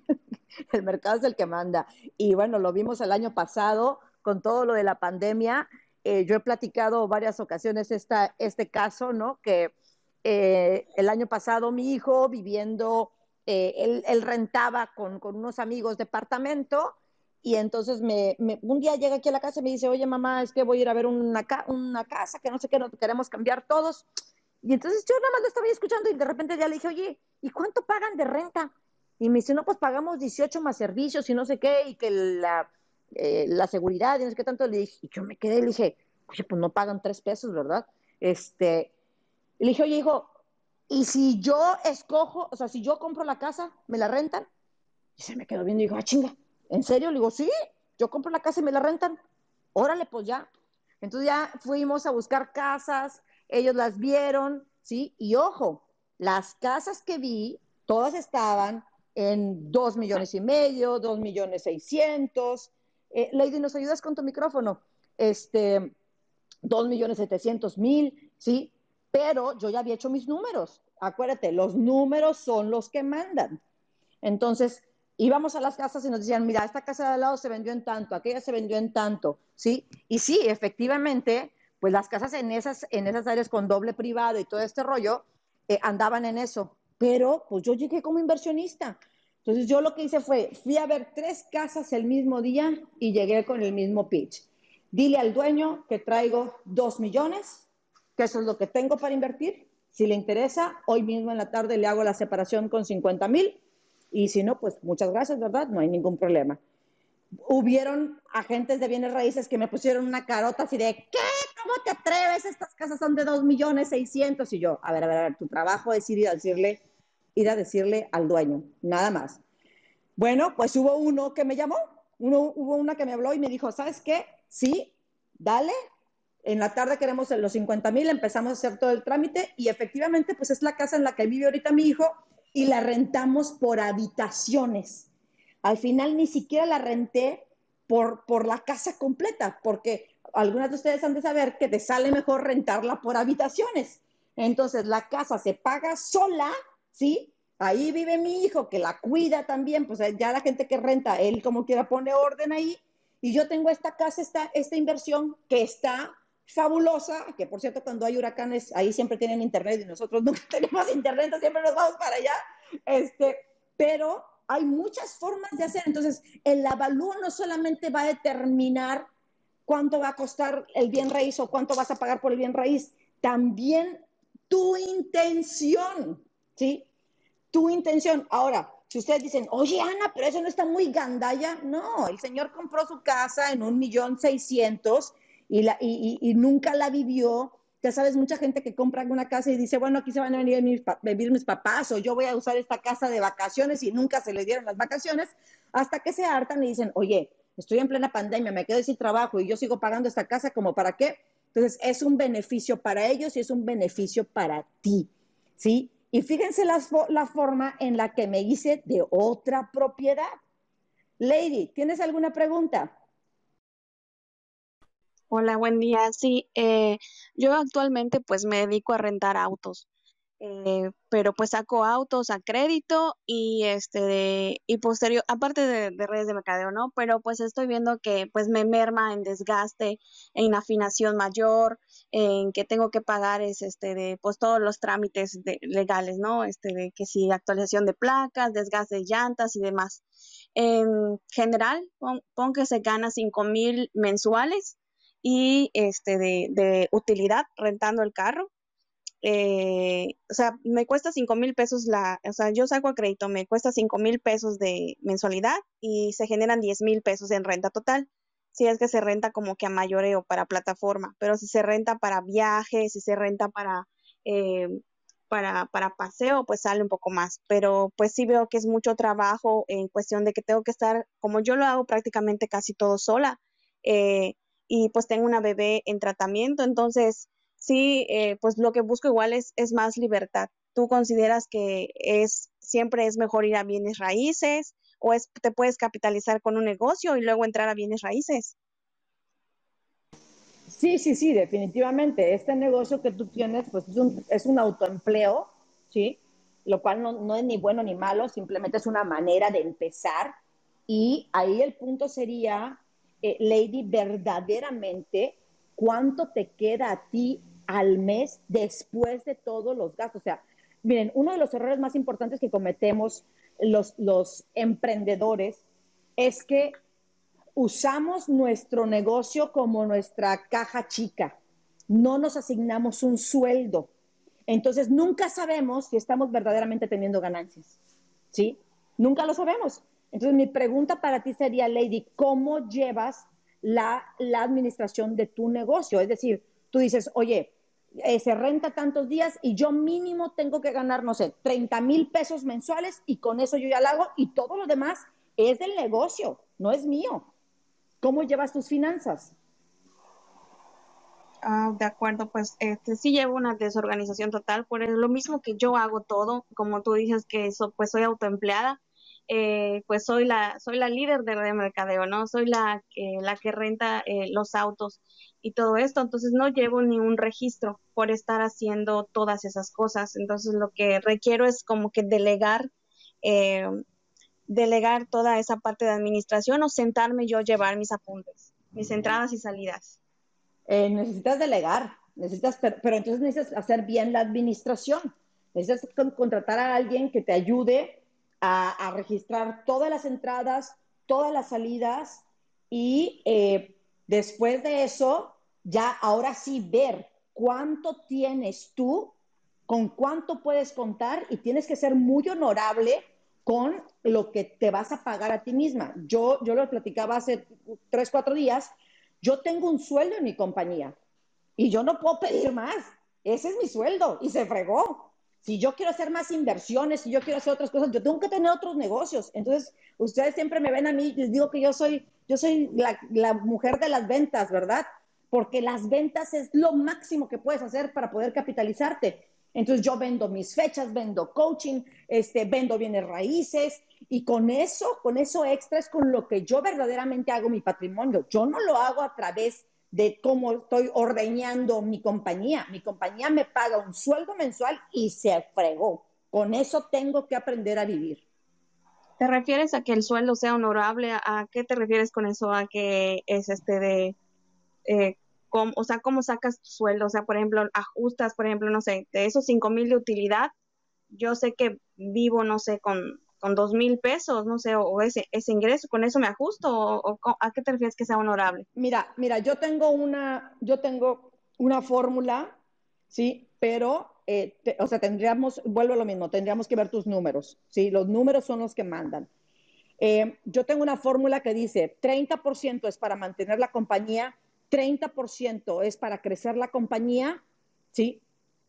El mercado es el que manda. Y bueno, lo vimos el año pasado con todo lo de la pandemia. Eh, yo he platicado varias ocasiones esta, este caso, ¿no? Que eh, el año pasado mi hijo viviendo, eh, él, él, rentaba con, con unos amigos departamento, y entonces me, me, un día llega aquí a la casa y me dice, oye mamá, es que voy a ir a ver una, una casa que no sé qué, no queremos cambiar todos. Y entonces yo nada más lo estaba escuchando y de repente ya le dije, oye, ¿y cuánto pagan de renta? Y me dice, no, pues pagamos dieciocho más servicios y no sé qué, y que la, eh, la seguridad y no sé qué tanto. Le dije, y yo me quedé y le dije, oye, pues no pagan tres pesos, ¿verdad? Este, y le dije, oye, hijo, ¿y si yo escojo, o sea, si yo compro la casa, me la rentan? Y se me quedó viendo y dijo, ah, chinga, ¿en serio? Le digo, sí, yo compro la casa y me la rentan. Órale, pues ya. Entonces ya fuimos a buscar casas, ellos las vieron, ¿sí? Y ojo, las casas que vi, todas estaban en dos millones y medio, dos millones seiscientos. Eh, Lady, ¿nos ayudas con tu micrófono? Este, dos millones setecientos mil, ¿sí? Pero yo ya había hecho mis números. Acuérdate, los números son los que mandan. Entonces, íbamos a las casas y nos decían, mira, esta casa de al lado se vendió en tanto, aquella se vendió en tanto, ¿sí? Y sí, efectivamente, pues las casas en esas, en esas áreas con doble privado y todo este rollo, eh, andaban en eso. Pero, pues yo llegué como inversionista. Entonces yo lo que hice fue, fui a ver tres casas el mismo día y llegué con el mismo pitch. Dile al dueño que traigo dos millones, que eso es lo que tengo para invertir. Si le interesa, hoy mismo en la tarde le hago la separación con cincuenta mil y si no, pues muchas gracias, ¿verdad? No hay ningún problema. Hubieron agentes de bienes raíces que me pusieron una carota así de, ¿qué? ¿Cómo te atreves? Estas casas son de dos millones seiscientos. Y yo, a ver, a ver, a ver, tu trabajo es ir a decirle, ir a decirle al dueño, nada más. Bueno, pues hubo uno que me llamó, uno, hubo una que me habló y me dijo, ¿sabes qué? Sí, dale. En la tarde queremos los cincuenta mil, empezamos a hacer todo el trámite y efectivamente pues es la casa en la que vive ahorita mi hijo y la rentamos por habitaciones. Al final ni siquiera la renté por, por la casa completa, porque algunas de ustedes han de saber que te sale mejor rentarla por habitaciones. Entonces la casa se paga sola, ¿sí? Ahí vive mi hijo, que la cuida también, pues ya la gente que renta, él como quiera pone orden ahí. Y yo tengo esta casa, esta, esta inversión que está fabulosa, que por cierto cuando hay huracanes ahí siempre tienen internet y nosotros nunca tenemos internet, siempre nos vamos para allá, este, pero hay muchas formas de hacer. Entonces el avalúo no solamente va a determinar cuánto va a costar el bien raíz o cuánto vas a pagar por el bien raíz, también tu intención, ¿sí? Tu intención. Ahora, si ustedes dicen, oye, Ana, pero eso no está muy gandalla. No, el señor compró su casa en un millón seiscientos y, la, y, y, y nunca la vivió. Ya sabes, mucha gente que compra una casa y dice, bueno, aquí se van a venir mis, vivir mis papás o yo voy a usar esta casa de vacaciones y nunca se le dieron las vacaciones hasta que se hartan y dicen, oye, estoy en plena pandemia, me quedo sin trabajo y yo sigo pagando esta casa, ¿como para qué? Entonces, es un beneficio para ellos y es un beneficio para ti, ¿sí? Y fíjense la, la forma en la que me hice de otra propiedad. Lady, ¿tienes alguna pregunta? Hola, buen día. Sí, eh, yo actualmente pues me dedico a rentar autos, eh, pero pues saco autos a crédito y este de, y posterior, aparte de, de redes de mercadeo, ¿no? Pero pues estoy viendo que pues me merma en desgaste, en afinación mayor, en que tengo que pagar es este de pues todos los trámites de, legales, ¿no? Este de que si actualización de placas, desgaste de llantas y demás. En general, pon, pon que se gana cinco mil mensuales y este de, de utilidad rentando el carro. Eh, o sea, me cuesta cinco mil pesos la, o sea, yo saco a crédito, me cuesta cinco mil pesos de mensualidad y se generan diez mil pesos en renta total. Si es que se renta como que a mayoreo para plataforma, pero si se renta para viajes, si se renta para, eh, para, para paseo, pues sale un poco más. Pero pues sí veo que es mucho trabajo en cuestión de que tengo que estar, como yo lo hago prácticamente casi todo sola, eh, y pues tengo una bebé en tratamiento, entonces sí, eh, pues lo que busco igual es, es más libertad. ¿Tú consideras que es siempre es mejor ir a bienes raíces o es te puedes capitalizar con un negocio y luego entrar a bienes raíces? Sí, sí, sí, definitivamente. Este negocio que tú tienes, pues es un, es un autoempleo, ¿sí? Lo cual no, no es ni bueno ni malo, simplemente es una manera de empezar. Y ahí el punto sería, eh, Lady, verdaderamente, ¿cuánto te queda a ti al mes después de todos los gastos? O sea, miren, uno de los errores más importantes que cometemos los, los emprendedores es que usamos nuestro negocio como nuestra caja chica, no nos asignamos un sueldo. Entonces, nunca sabemos si estamos verdaderamente teniendo ganancias, ¿sí? Nunca lo sabemos. Entonces, mi pregunta para ti sería, Lady, ¿cómo llevas la, la administración de tu negocio? Es decir, tú dices, oye, eh, se renta tantos días y yo mínimo tengo que ganar, no sé, treinta mil pesos mensuales y con eso yo ya lo hago y todo lo demás es del negocio, no es mío. ¿Cómo llevas tus finanzas? Ah, de acuerdo, pues este sí llevo una desorganización total, por eso, lo mismo que yo hago todo, como tú dices que eso, pues soy autoempleada, eh, pues soy la, soy la líder de red de mercadeo, ¿no? Soy la que, la que renta eh, los autos y todo esto, entonces no llevo ni un registro por estar haciendo todas esas cosas, entonces lo que requiero es como que delegar, eh, delegar toda esa parte de administración o sentarme yo a llevar mis apuntes, mis entradas y salidas. Eh, necesitas delegar, necesitas, pero, pero entonces necesitas hacer bien la administración. Necesitas con, contratar a alguien que te ayude a, a registrar todas las entradas, todas las salidas y eh, después de eso, ya ahora sí ver cuánto tienes tú, con cuánto puedes contar y tienes que ser muy honorable con lo que te vas a pagar a ti misma. Yo, yo lo platicaba hace tres, cuatro días, yo tengo un sueldo en mi compañía y yo no puedo pedir más. Ese es mi sueldo y se fregó. Si yo quiero hacer más inversiones, si yo quiero hacer otras cosas, yo tengo que tener otros negocios. Entonces, ustedes siempre me ven a mí, les digo que yo soy, yo soy la, la mujer de las ventas, ¿verdad? Porque las ventas es lo máximo que puedes hacer para poder capitalizarte. Entonces yo vendo mis fechas, vendo coaching, este, vendo bienes raíces y con eso, con eso extra es con lo que yo verdaderamente hago mi patrimonio. Yo no lo hago a través de cómo estoy ordeñando mi compañía. Mi compañía me paga un sueldo mensual y se fregó. Con eso tengo que aprender a vivir. ¿Te refieres a que el sueldo sea honorable? ¿A qué te refieres con eso? ¿A que es este de, eh, cómo, o sea, cómo sacas tu sueldo? O sea, por ejemplo, ajustas, por ejemplo, no sé, de esos cinco mil de utilidad, yo sé que vivo, no sé, con, con dos mil pesos, no sé, o, o ese, ese ingreso, ¿con eso me ajusto? O, o ¿a qué te refieres que sea honorable? Mira, mira, yo tengo una, yo tengo una fórmula, ¿sí? Pero, eh, te, o sea, tendríamos, vuelvo a lo mismo, tendríamos que ver tus números, ¿sí? Los números son los que mandan. Eh, yo tengo una fórmula que dice treinta por ciento es para mantener la compañía, treinta por ciento es para crecer la compañía, ¿sí?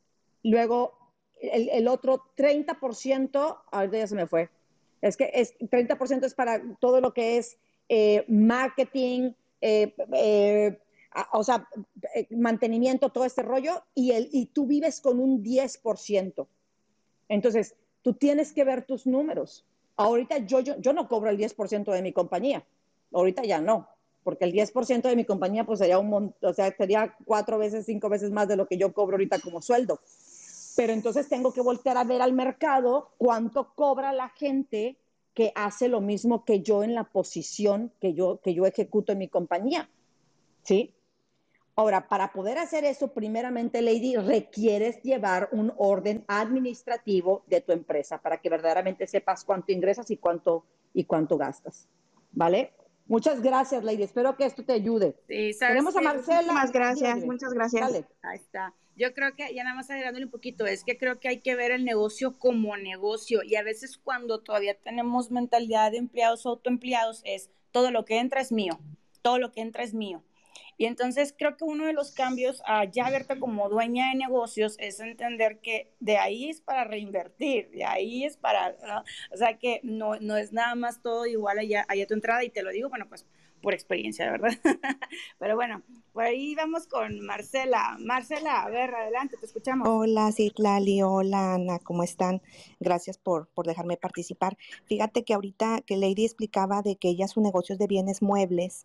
Luego, el, el otro treinta por ciento, ahorita ya se me fue, es que es, treinta por ciento es para todo lo que es eh, marketing, eh, eh, o sea, eh, mantenimiento, todo este rollo, y, el, y tú vives con un diez por ciento. Entonces, tú tienes que ver tus números. Ahorita yo, yo, yo no cobro el diez por ciento de mi compañía. Ahorita ya no, porque el diez por ciento de mi compañía pues sería un o sea, sería cuatro veces, cinco veces más de lo que yo cobro ahorita como sueldo. Pero entonces tengo que voltear a ver al mercado cuánto cobra la gente que hace lo mismo que yo en la posición que yo, que yo ejecuto en mi compañía. ¿Sí? Ahora, para poder hacer eso, primeramente, Lady, requieres llevar un orden administrativo de tu empresa para que verdaderamente sepas cuánto ingresas y cuánto, y cuánto gastas. ¿Vale? Muchas gracias, Lady. Espero que esto te ayude. Sí, ¿sabes Tenemos a qué? Marcela. Muchísimas gracias, Dime, dime. muchas gracias. Dale. Ahí está. Yo creo que, ya nada más agregándole un poquito, es que creo que hay que ver el negocio como negocio y a veces cuando todavía tenemos mentalidad de empleados o autoempleados es todo lo que entra es mío, todo lo que entra es mío. Y entonces creo que uno de los cambios a ya verte como dueña de negocios es entender que de ahí es para reinvertir, de ahí es para, ¿no? O sea que no, no es nada más todo igual allá, allá tu entrada y te lo digo, bueno, pues por experiencia, ¿verdad? Pero bueno, por ahí vamos con Marcela. Marcela, a ver, adelante, te escuchamos. Hola, Citlali, hola, Ana, ¿cómo están? Gracias por, por dejarme participar. Fíjate que ahorita que Lady explicaba de que ella su negocio es de bienes muebles,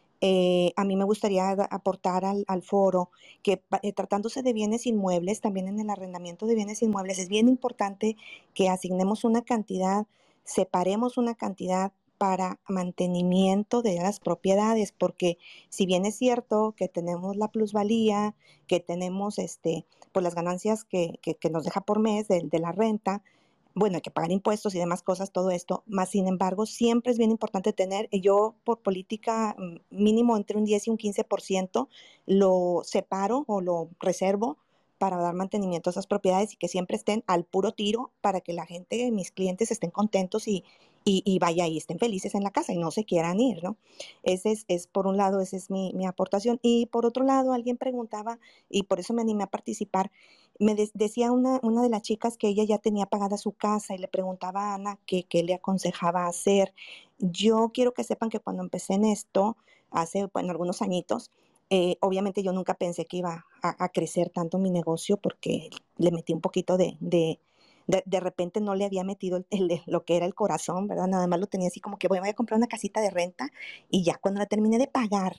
eh, a mí me gustaría da- aportar al, al foro que pa- eh, tratándose de bienes inmuebles, también en el arrendamiento de bienes inmuebles, es bien importante que asignemos una cantidad, separemos una cantidad para mantenimiento de las propiedades, porque si bien es cierto que tenemos la plusvalía, que tenemos este, pues las ganancias que, que, que nos deja por mes de, de la renta, bueno, hay que pagar impuestos y demás cosas, todo esto, más sin embargo, siempre es bien importante tener, y yo por política mm, mínimo entre un diez y un quince por ciento lo separo o lo reservo para dar mantenimiento a esas propiedades y que siempre estén al puro tiro para que la gente, mis clientes estén contentos y, y, y vaya y estén felices en la casa y no se quieran ir, ¿no? Ese es, es por un lado, esa es mi, mi aportación. Y por otro lado, alguien preguntaba, y por eso me animé a participar, me de- decía una, una de las chicas que ella ya tenía pagada su casa y le preguntaba a Ana qué qué le aconsejaba hacer. Yo quiero que sepan que cuando empecé en esto, hace, bueno, algunos añitos, eh, obviamente yo nunca pensé que iba a, a crecer tanto mi negocio porque le metí un poquito de, de, de, de repente no le había metido el- el- lo que era el corazón, ¿verdad? Nada más lo tenía así como que voy, voy a comprar una casita de renta y ya cuando la terminé de pagar,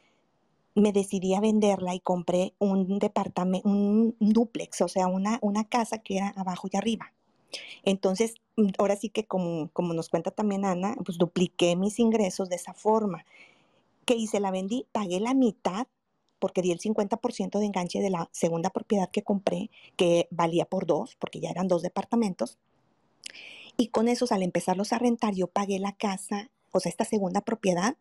me decidí a venderla y compré un departamento, un, un dúplex, o sea, una, una casa que era abajo y arriba. Entonces, mm, ahora sí que como, como nos cuenta también Ana, pues dupliqué mis ingresos de esa forma. ¿Qué hice? La vendí, pagué la mitad porque di el cincuenta por ciento de enganche de la segunda propiedad que compré, que valía por dos, porque ya eran dos departamentos, Y con esos, al empezarlos a rentar, yo pagué la casa, o sea, esta segunda propiedad,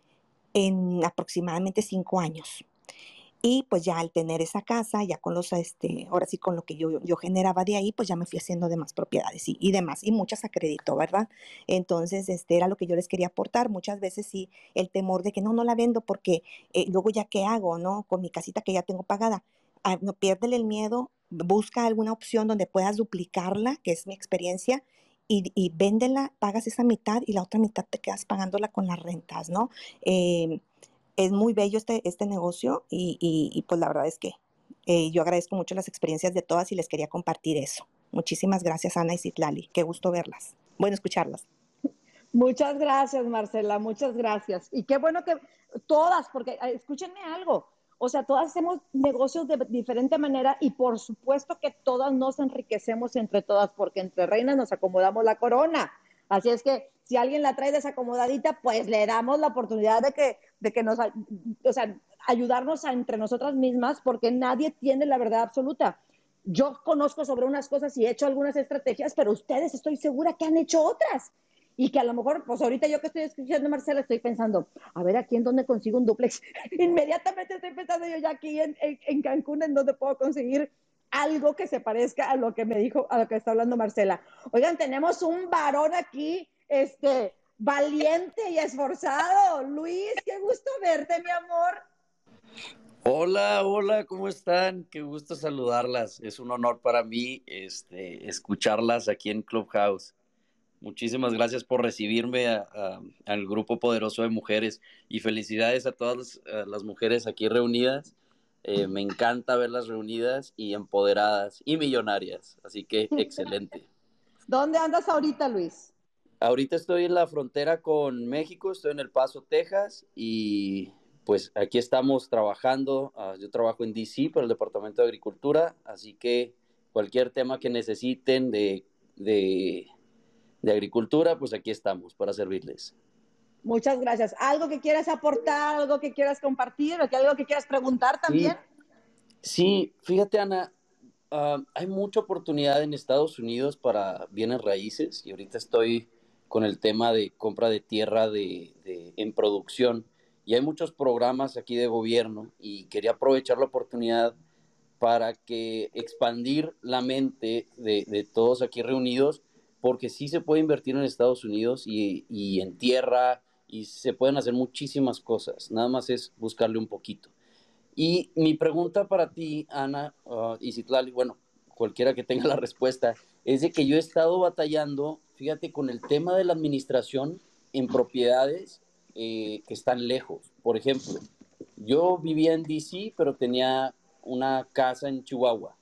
en aproximadamente cinco años. Y pues ya al tener esa casa, ya con los, este, ahora sí con lo que yo, yo generaba de ahí, pues ya me fui haciendo de más propiedades y, y demás, y muchas a crédito, ¿verdad? Entonces, este era lo que yo les quería aportar. Muchas veces sí, el temor de que no, no la vendo porque eh, luego ya qué hago, ¿no? Con mi casita que ya tengo pagada. Ah, no, piérdele el miedo, busca alguna opción donde puedas duplicarla, que es mi experiencia, y, y véndela, pagas esa mitad y la otra mitad te quedas pagándola con las rentas, ¿no? Eh, es muy bello este, este negocio y, y, y pues la verdad es que eh, yo agradezco mucho las experiencias de todas y les quería compartir eso. Muchísimas gracias, Ana y Citlali. Qué gusto verlas. Bueno, escucharlas. Muchas gracias, Marcela, muchas gracias. Y qué bueno que todas, porque escúchenme algo, o sea, todas hacemos negocios de diferente manera y por supuesto que todas nos enriquecemos entre todas, porque entre reinas nos acomodamos la corona. Así es que si alguien la trae desacomodadita, pues le damos la oportunidad de que, de que nos, o sea, ayudarnos a, entre nosotras mismas, porque nadie tiene la verdad absoluta. Yo conozco sobre unas cosas y he hecho algunas estrategias, pero ustedes estoy segura que han hecho otras. Y que a lo mejor, pues ahorita yo que estoy escuchando a Marcela, estoy pensando, a ver, ¿aquí en dónde consigo un duplex? Inmediatamente estoy pensando yo ya aquí en, en, en Cancún, en dónde puedo conseguir algo que se parezca a lo que me dijo, a lo que está hablando Marcela. Oigan, tenemos un varón aquí, este, valiente y esforzado. Luis, qué gusto verte, mi amor. Hola, hola, ¿cómo están? Qué gusto saludarlas. Es un honor para mí este, escucharlas aquí en Clubhouse. Muchísimas gracias por recibirme a, a, al grupo poderoso de mujeres y felicidades a todas a las mujeres aquí reunidas. Eh, me encanta verlas reunidas y empoderadas y millonarias, así que excelente. ¿Dónde andas ahorita, Luis? Ahorita estoy en la frontera con México, estoy en El Paso, Texas, y pues aquí estamos trabajando. Uh, yo trabajo en D C para el Departamento de Agricultura, así que cualquier tema que necesiten de... de de agricultura, pues aquí estamos para servirles. Muchas gracias. ¿Algo que quieras aportar, algo que quieras compartir, o que algo que quieras preguntar también? Sí, sí, fíjate, Ana, uh, hay mucha oportunidad en Estados Unidos para bienes raíces y ahorita estoy con el tema de compra de tierra de, de, en producción y hay muchos programas aquí de gobierno y quería aprovechar la oportunidad para que expandir la mente de, de todos aquí reunidos, porque sí se puede invertir en Estados Unidos y, y en tierra, y se pueden hacer muchísimas cosas, nada más es buscarle un poquito. Y mi pregunta para ti, Ana, uh, y Citlali, bueno, cualquiera que tenga la respuesta, es de que yo he estado batallando, fíjate, con el tema de la administración en propiedades eh, que están lejos. Por ejemplo, yo vivía en D C, pero tenía una casa en Chihuahua,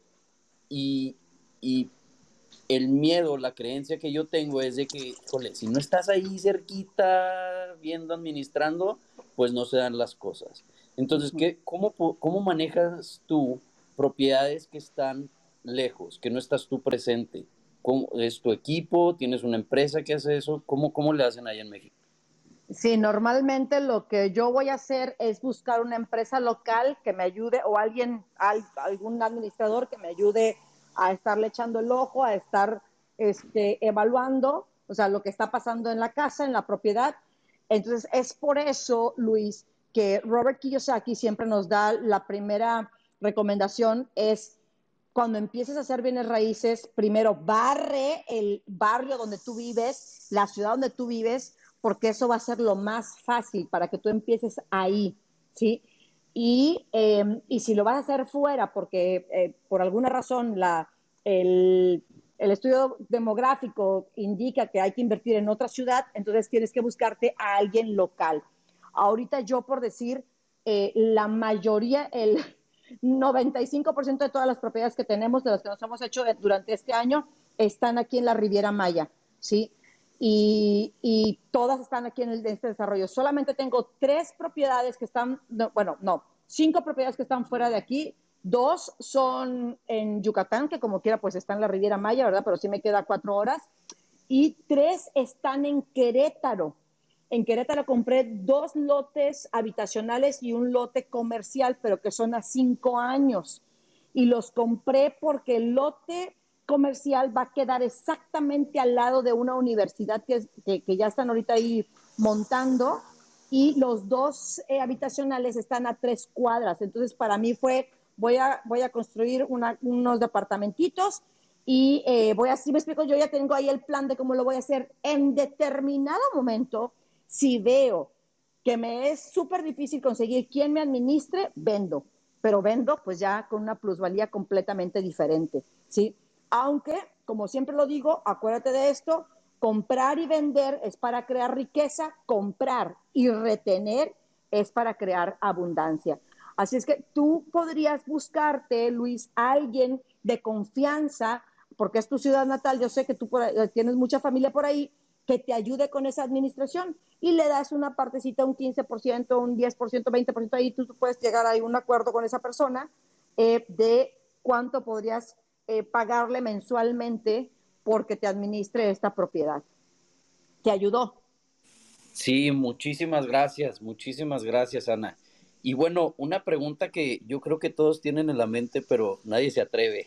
y, y el miedo, la creencia que yo tengo es de que, híjole, si no estás ahí cerquita viendo, administrando, pues no se dan las cosas. Entonces, ¿qué, cómo, ¿cómo manejas tú propiedades que están lejos, que no estás tú presente? ¿Cómo, ¿Es tu equipo? ¿Tienes una empresa que hace eso? ¿Cómo, cómo le hacen allá en México? Sí, normalmente lo que yo voy a hacer es buscar una empresa local que me ayude o alguien, algún administrador que me ayude a estarle echando el ojo, a estar este, evaluando, o sea, lo que está pasando en la casa, en la propiedad. Entonces, es por eso, Luis, que Robert Kiyosaki siempre nos da la primera recomendación, es cuando empieces a hacer bienes raíces, primero barre el barrio donde tú vives, la ciudad donde tú vives, porque eso va a ser lo más fácil para que tú empieces ahí, ¿sí? Y, eh, y si lo vas a hacer fuera, porque eh, por alguna razón la, el, el estudio demográfico indica que hay que invertir en otra ciudad, entonces tienes que buscarte a alguien local. Ahorita yo, por decir, eh, la mayoría, el noventa y cinco por ciento de todas las propiedades que tenemos, de las que nos hemos hecho durante este año, están aquí en la Riviera Maya, ¿sí? Y, y todas están aquí en, el, en este desarrollo. Solamente tengo tres propiedades que están, no, bueno, no, cinco propiedades que están fuera de aquí. Dos son en Yucatán, que como quiera pues está en la Riviera Maya, ¿verdad? Pero sí me queda cuatro horas. Y tres están en Querétaro. En Querétaro compré dos lotes habitacionales y un lote comercial, pero que son a cinco años. Y los compré porque el lote comercial va a quedar exactamente al lado de una universidad que, que, que ya están ahorita ahí montando, y los dos eh, habitacionales están a tres cuadras. Entonces, para mí fue, voy a, voy a construir una, unos departamentitos y eh, voy a, si me explico, yo ya tengo ahí el plan de cómo lo voy a hacer. En determinado momento, si veo que me es súper difícil conseguir quien me administre, vendo, pero vendo pues ya con una plusvalía completamente diferente, ¿sí? Aunque, como siempre lo digo, acuérdate de esto, comprar y vender es para crear riqueza, comprar y retener es para crear abundancia. Así es que tú podrías buscarte, Luis, a alguien de confianza, porque es tu ciudad natal, yo sé que tú por ahí, tienes mucha familia por ahí, que te ayude con esa administración y le das una partecita, un quince por ciento, un diez por ciento, veinte por ciento, ahí tú, tú puedes llegar a un acuerdo con esa persona eh, de cuánto podrías eh, pagarle mensualmente porque te administre esta propiedad. ¿Te ayudó? Sí, muchísimas gracias, muchísimas gracias, Ana. Y bueno, una pregunta que yo creo que todos tienen en la mente, pero nadie se atreve,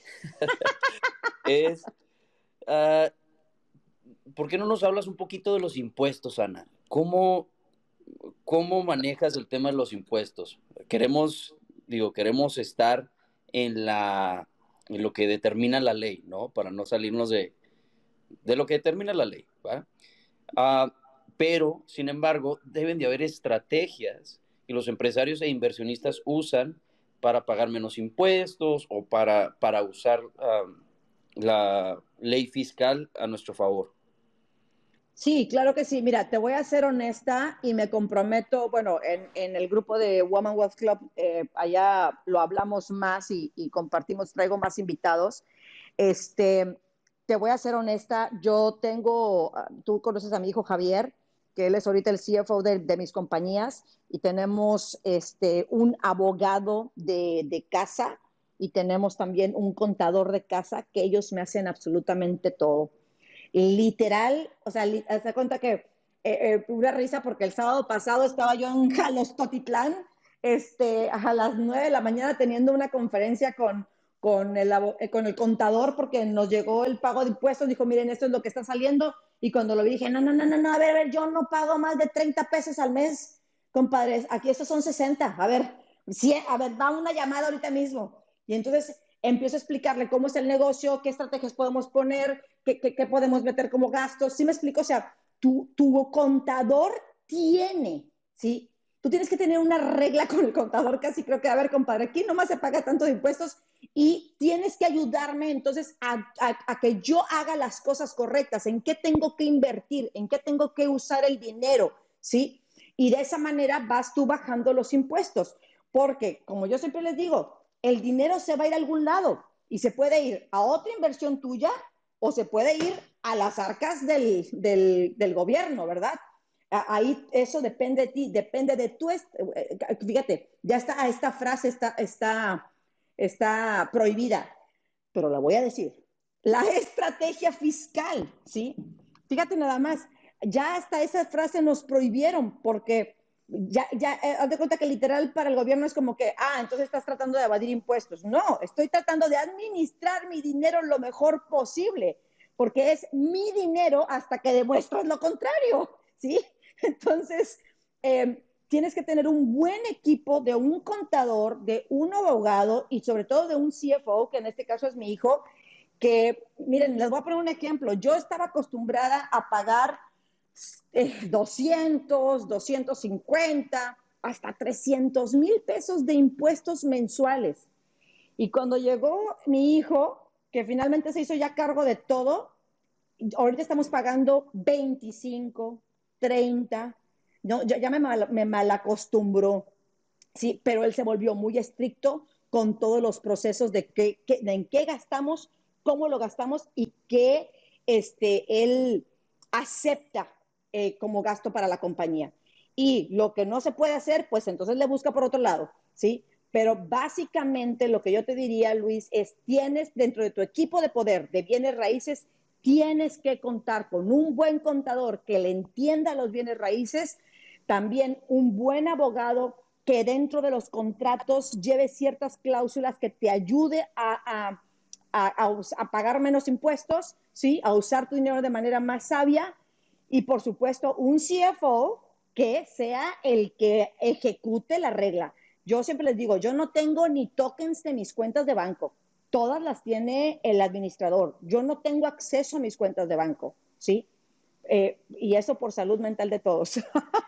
es, uh, ¿por qué no nos hablas un poquito de los impuestos, Ana? ¿Cómo, cómo manejas el tema de los impuestos? Queremos, digo, queremos estar en, la, en lo que determina la ley, ¿no? Para no salirnos de, de lo que determina la ley, ¿va? Uh, pero, sin embargo, deben de haber estrategias que los empresarios e inversionistas usan para pagar menos impuestos o para, para usar um, la ley fiscal a nuestro favor. Sí, claro que sí. Mira, te voy a ser honesta y me comprometo, bueno, en, en el grupo de Woman Wealth Club, eh, allá lo hablamos más y, y compartimos, traigo más invitados. Este, te voy a ser honesta, yo tengo, tú conoces a mi hijo Javier, que él es ahorita el C F O de, de mis compañías, y tenemos este, un abogado de, de casa y tenemos también un contador de casa, que ellos me hacen absolutamente todo. Literal, o sea, li, haz de cuenta que eh, eh, una risa porque el sábado pasado estaba yo en Jalostotitlán, este, a las nueve de la mañana teniendo una conferencia con, con, el, eh, con el contador porque nos llegó el pago de impuestos, dijo, miren, esto es lo que está saliendo, y cuando lo vi dije, no, no, no, no, no, a ver, a ver, yo no pago más de treinta pesos al mes, compadres, aquí estos son sesenta, a ver, sí, a ver, va una llamada ahorita mismo, y entonces empiezo a explicarle cómo es el negocio, qué estrategias podemos poner, qué, qué, qué podemos meter como gastos. ¿Sí me explico? O sea, tu, tu contador tiene, ¿sí? Tú tienes que tener una regla con el contador, casi creo que, a ver, compadre, aquí nomás se paga tanto de impuestos y tienes que ayudarme entonces a, a, a que yo haga las cosas correctas, en qué tengo que invertir, en qué tengo que usar el dinero, ¿sí? Y de esa manera vas tú bajando los impuestos, porque, como yo siempre les digo, el dinero se va a ir a algún lado y se puede ir a otra inversión tuya o se puede ir a las arcas del, del, del gobierno, ¿verdad? Ahí eso depende de ti, depende de tu, fíjate, ya está, esta frase está, está, está prohibida, pero la voy a decir. La estrategia fiscal, ¿sí? Fíjate nada más, ya hasta esa frase nos prohibieron porque ya, ya, eh, haz de cuenta que literal para el gobierno es como que, ah, entonces estás tratando de evadir impuestos. No, estoy tratando de administrar mi dinero lo mejor posible, porque es mi dinero hasta que demuestras lo contrario, ¿sí? Entonces, eh, tienes que tener un buen equipo de un contador, de un abogado y sobre todo de un C F O, que en este caso es mi hijo, que, miren, les voy a poner un ejemplo. Yo estaba acostumbrada a pagar Eh, doscientos, doscientos cincuenta, hasta trescientos mil pesos de impuestos mensuales. Y cuando llegó mi hijo, que finalmente se hizo ya cargo de todo, ahorita estamos pagando veinticinco, treinta, ¿no? Ya, ya me, mal, me malacostumbró, ¿sí? Pero él se volvió muy estricto con todos los procesos de, qué, qué, de en qué gastamos, cómo lo gastamos y qué este, él acepta Eh, como gasto para la compañía. Y lo que no se puede hacer, pues entonces le busca por otro lado, ¿sí? Pero básicamente lo que yo te diría, Luis, es tienes dentro de tu equipo de poder de bienes raíces, tienes que contar con un buen contador que le entienda los bienes raíces, también un buen abogado que dentro de los contratos lleve ciertas cláusulas que te ayude a, a a, a, a pagar menos impuestos, ¿sí? A usar tu dinero de manera más sabia y, por supuesto, un C F O que sea el que ejecute la regla. Yo siempre les digo, yo no tengo ni tokens de mis cuentas de banco. Todas las tiene el administrador. Yo no tengo acceso a mis cuentas de banco, ¿sí? Eh, y eso por salud mental de todos.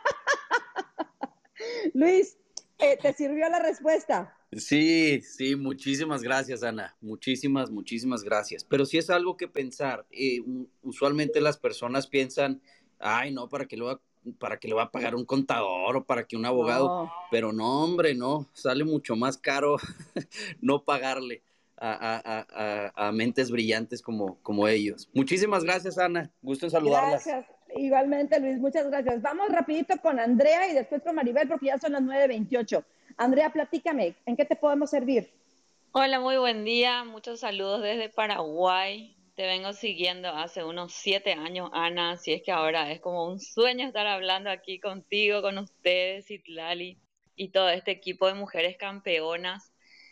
Luis, eh, ¿te sirvió la respuesta? Sí, sí, muchísimas gracias, Ana. Muchísimas, muchísimas gracias. Pero sí es algo que pensar. Eh, usualmente las personas piensan, ay, no, ¿para qué lo va a para que le va a pagar un contador o para que un abogado? No. Pero no, hombre, no, sale mucho más caro no pagarle a, a, a, a mentes brillantes como, como ellos. Muchísimas gracias, Ana, gusto en saludarlas. Gracias, igualmente, Luis, muchas gracias. Vamos rapidito con Andrea y después con Maribel porque ya son las nueve veintiocho. Andrea, platícame, ¿en qué te podemos servir? Hola, muy buen día, muchos saludos desde Paraguay. Te vengo siguiendo hace unos siete años, Ana, así es que ahora es como un sueño estar hablando aquí contigo, con ustedes, Citlali, y todo este equipo de mujeres campeonas.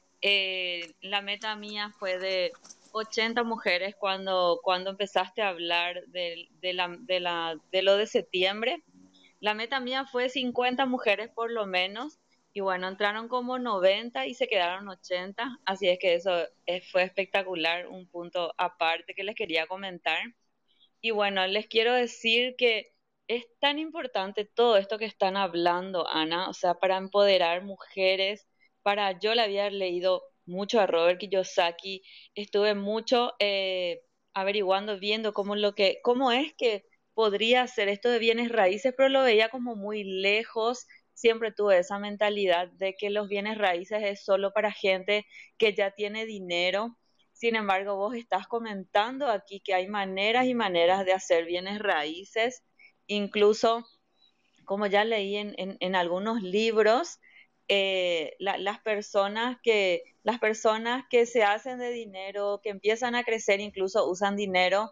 Eh, la meta mía fue de ochenta mujeres cuando, cuando empezaste a hablar de, de, la, de, la, de lo de septiembre. La meta mía fue cincuenta mujeres por lo menos. Y bueno, entraron como noventa y se quedaron ochenta, así es que eso fue espectacular, un punto aparte que les quería comentar. Y bueno, les quiero decir que es tan importante todo esto que están hablando, Ana, o sea, para empoderar mujeres, para, yo le había leído mucho a Robert Kiyosaki, estuve mucho eh, averiguando, viendo cómo, lo que, cómo es que podría ser esto de bienes raíces, pero lo veía como muy lejos. Siempre tuve esa mentalidad de que los bienes raíces es solo para gente que ya tiene dinero. Sin embargo, vos estás comentando aquí que hay maneras y maneras de hacer bienes raíces. Incluso, como ya leí en, en, en algunos libros, eh, la, las, personas que, las personas que se hacen de dinero, que empiezan a crecer, incluso usan dinero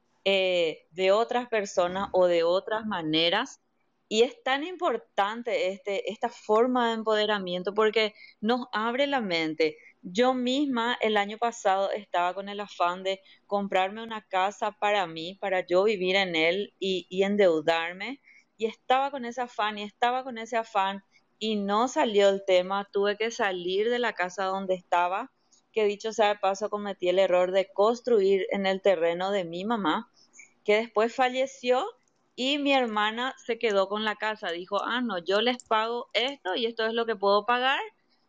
eh, de otras personas o de otras maneras. Y es tan importante este, esta forma de empoderamiento porque nos abre la mente. Yo misma el año pasado estaba con el afán de comprarme una casa para mí, para yo vivir en él y, y endeudarme. Y estaba con ese afán y estaba con ese afán y no salió el tema. Tuve que salir de la casa donde estaba, que dicho sea de paso cometí el error de construir en el terreno de mi mamá, que después falleció. Y mi hermana se quedó con la casa, dijo, ah, no, yo les pago esto y esto es lo que puedo pagar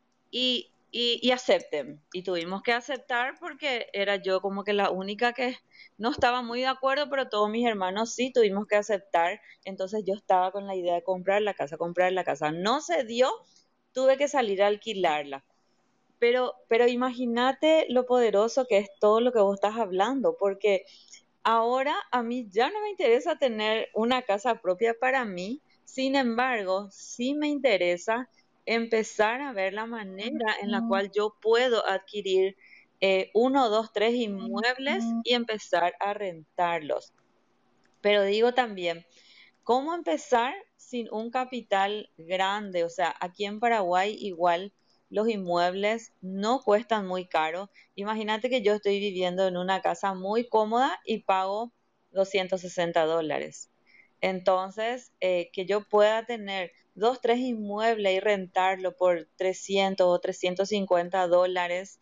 y, y, y acepten. Y tuvimos que aceptar porque era yo como que la única que no estaba muy de acuerdo, pero todos mis hermanos sí tuvimos que aceptar. Entonces yo estaba con la idea de comprar la casa, comprar la casa. No se dio, tuve que salir a alquilarla. Pero, pero imagínate lo poderoso que es todo lo que vos estás hablando, porque ahora a mí ya no me interesa tener una casa propia para mí, sin embargo, sí me interesa empezar a ver la manera en la cual yo puedo adquirir eh, uno, dos, tres inmuebles y empezar a rentarlos. Pero digo también, ¿cómo empezar sin un capital grande? O sea, aquí en Paraguay igual los inmuebles no cuestan muy caro. Imagínate que yo estoy viviendo en una casa muy cómoda y pago doscientos sesenta dólares. Entonces, eh, que yo pueda tener dos, tres inmuebles y rentarlo por trescientos o trescientos cincuenta dólares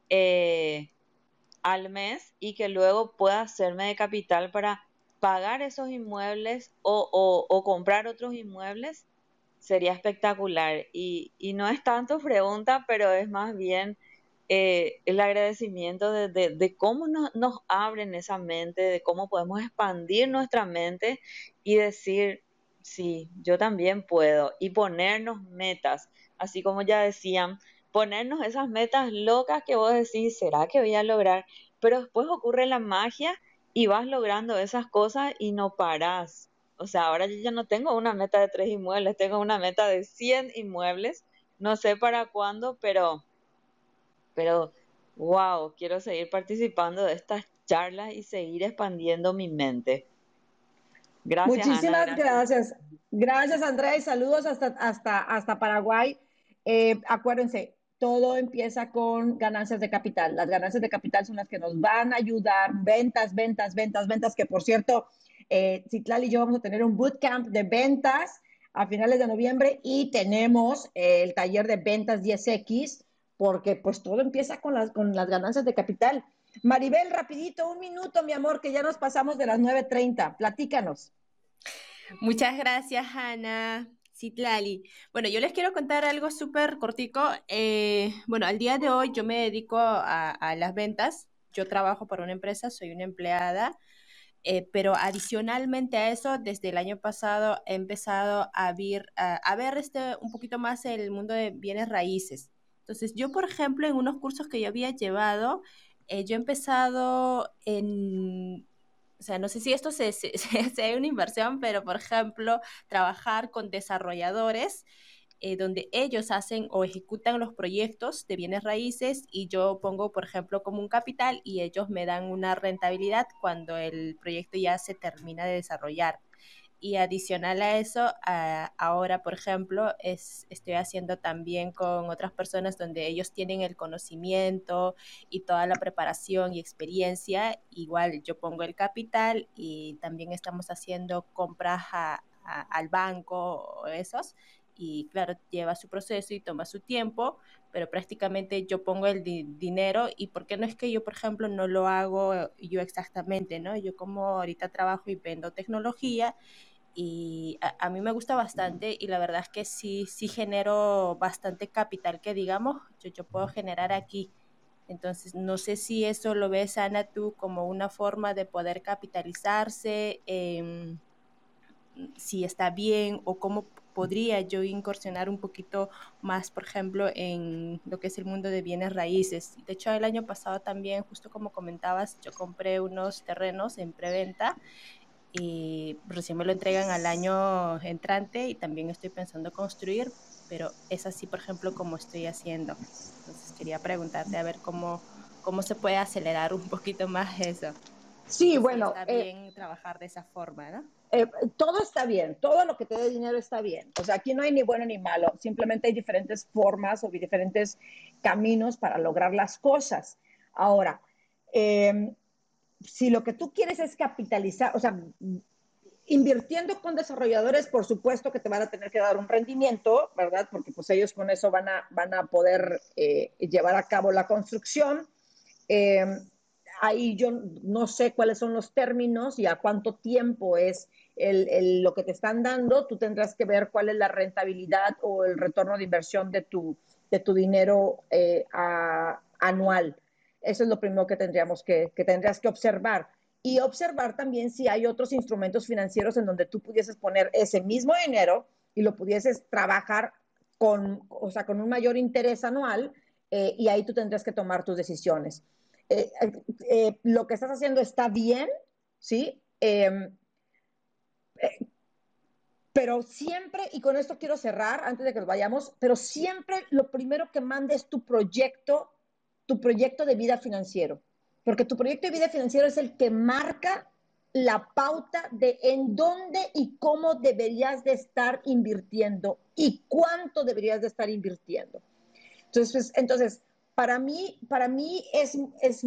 eh, al mes y que luego pueda hacerme de capital para pagar esos inmuebles o, o, o comprar otros inmuebles, sería espectacular. Y, y no es tanto pregunta, pero es más bien eh, el agradecimiento de, de, de cómo nos, nos abren esa mente, de cómo podemos expandir nuestra mente y decir, sí, yo también puedo. Y ponernos metas, así como ya decían, ponernos esas metas locas que vos decís, ¿será que voy a lograr? Pero después ocurre la magia y vas logrando esas cosas y no parás. O sea, ahora yo ya no tengo una meta de tres inmuebles, tengo una meta de cien inmuebles. No sé para cuándo, pero, pero, wow, quiero seguir participando de estas charlas y seguir expandiendo mi mente. Gracias, Muchísimas Ana, gracias. Gracias, Andrea, y saludos hasta, hasta, hasta Paraguay. Eh, acuérdense, todo empieza con ganancias de capital. Las ganancias de capital son las que nos van a ayudar, ventas, ventas, ventas, ventas, que por cierto, eh, Citlali y yo vamos a tener un bootcamp de ventas a finales de noviembre y tenemos eh, el taller de ventas diez equis, porque pues todo empieza con las, con las ganancias de capital. Maribel, rapidito, un minuto, mi amor, que ya nos pasamos de las nueve treinta. Platícanos. Muchas gracias, Ana. Citlali. Bueno, yo les quiero contar algo súper cortico. Eh, bueno, al día de hoy yo me dedico a, a las ventas. Yo trabajo para una empresa, soy una empleada, eh, pero adicionalmente a eso, desde el año pasado he empezado a ver, a, a ver este, un poquito más el mundo de bienes raíces. Entonces, yo, por ejemplo, en unos cursos que yo había llevado, eh, yo he empezado en... O sea, no sé si esto se, se, sea una inversión, pero por ejemplo, trabajar con desarrolladores eh, donde ellos hacen o ejecutan los proyectos de bienes raíces y yo pongo, por ejemplo, como un capital y ellos me dan una rentabilidad cuando el proyecto ya se termina de desarrollar. Y adicional a eso, a, ahora, por ejemplo, es, estoy haciendo también con otras personas donde ellos tienen el conocimiento y toda la preparación y experiencia. Igual yo pongo el capital y también estamos haciendo compras a, a, al banco o esos. Y claro, lleva su proceso y toma su tiempo, pero prácticamente yo pongo el di dinero y por qué no es que yo, por ejemplo, no lo hago yo exactamente, ¿no? Yo como ahorita trabajo y vendo tecnología, y a, a mí me gusta bastante y la verdad es que sí, sí genero bastante capital que digamos, yo, yo puedo generar aquí. Entonces, no sé si eso lo ves, Ana, tú como una forma de poder capitalizarse, eh, si está bien o cómo podría yo incursionar un poquito más, por ejemplo, en lo que es el mundo de bienes raíces. De hecho, el año pasado también, justo como comentabas, yo compré unos terrenos en preventa y recién me lo entregan al año entrante y también estoy pensando construir, pero es así, por ejemplo, como estoy haciendo. Entonces quería preguntarte a ver cómo, cómo se puede acelerar un poquito más eso. Sí, Si bueno. está Eh, bien trabajar de esa forma, ¿no? Eh, todo está bien, todo lo que te dé dinero está bien. O sea, aquí no hay ni bueno ni malo, simplemente hay diferentes formas o diferentes caminos para lograr las cosas. Ahora, eh, si lo que tú quieres es capitalizar, o sea, invirtiendo con desarrolladores, por supuesto que te van a tener que dar un rendimiento, ¿verdad? Porque pues ellos con eso van a, van a poder eh, llevar a cabo la construcción. Eh, ahí yo no sé cuáles son los términos y a cuánto tiempo es el, el, lo que te están dando. Tú tendrás que ver cuál es la rentabilidad o el retorno de inversión de tu, de tu dinero eh, a, anual. Eso es lo primero que tendríamos que, que tendrías que observar. Y observar también si hay otros instrumentos financieros en donde tú pudieses poner ese mismo dinero y lo pudieses trabajar con, o sea, con un mayor interés anual, eh, y ahí tú tendrás que tomar tus decisiones. Eh, eh, lo que estás haciendo está bien, ¿sí? Eh, eh, pero siempre, y con esto quiero cerrar antes de que nos vayamos, pero siempre lo primero que manda es tu proyecto, tu proyecto de vida financiero, porque tu proyecto de vida financiero es el que marca la pauta de en dónde y cómo deberías de estar invirtiendo y cuánto deberías de estar invirtiendo. Entonces, pues, entonces para mí, para mí es, es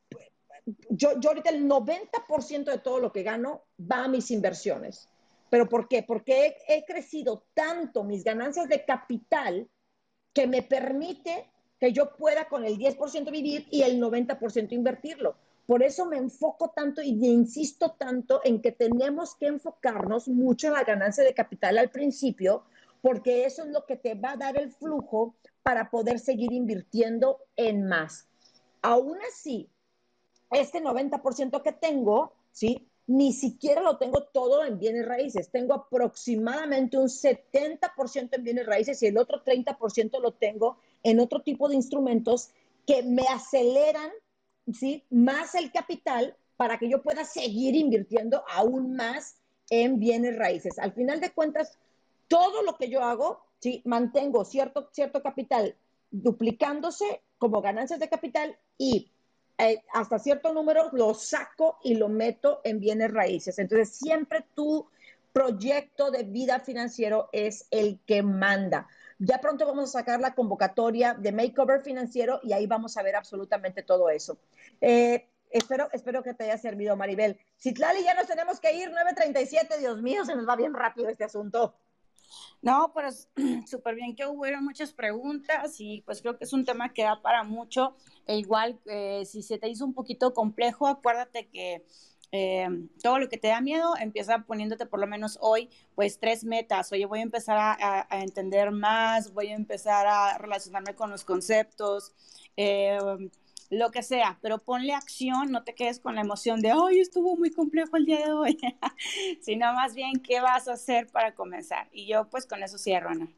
yo, yo ahorita el noventa por ciento de todo lo que gano va a mis inversiones. ¿Pero por qué? Porque he, he crecido tanto mis ganancias de capital que me permite que yo pueda con el diez por ciento vivir y el noventa por ciento invertirlo. Por eso me enfoco tanto y insisto tanto en que tenemos que enfocarnos mucho en la ganancia de capital al principio, porque eso es lo que te va a dar el flujo para poder seguir invirtiendo en más. Aún así, este noventa por ciento que tengo, ¿sí? Ni siquiera lo tengo todo en bienes raíces. Tengo aproximadamente un setenta por ciento en bienes raíces y el otro treinta por ciento lo tengo en otro tipo de instrumentos que me aceleran, ¿sí? Más el capital para que yo pueda seguir invirtiendo aún más en bienes raíces. Al final de cuentas, todo lo que yo hago, ¿sí? Mantengo cierto, cierto capital duplicándose como ganancias de capital y Eh, hasta cierto número lo saco y lo meto en bienes raíces. Entonces, siempre tu proyecto de vida financiero es el que manda. Ya pronto vamos a sacar la convocatoria de Makeover Financiero y ahí vamos a ver absolutamente todo eso. Eh, espero, espero que te haya servido, Maribel. Citlali, ya nos tenemos que ir, nueve treinta y siete, Dios mío, se nos va bien rápido este asunto. No, pero es súper bien que hubieron muchas preguntas y pues creo que es un tema que da para mucho. E igual, eh, si se te hizo un poquito complejo, acuérdate que eh, todo lo que te da miedo, empieza poniéndote por lo menos hoy, pues tres metas. Oye, voy a empezar a, a, a entender más, voy a empezar a relacionarme con los conceptos, eh, lo que sea, pero ponle acción, no te quedes con la emoción de, ay, estuvo muy complejo el día de hoy, sino más bien, ¿qué vas a hacer para comenzar? Y yo, pues, con eso cierro, Ana.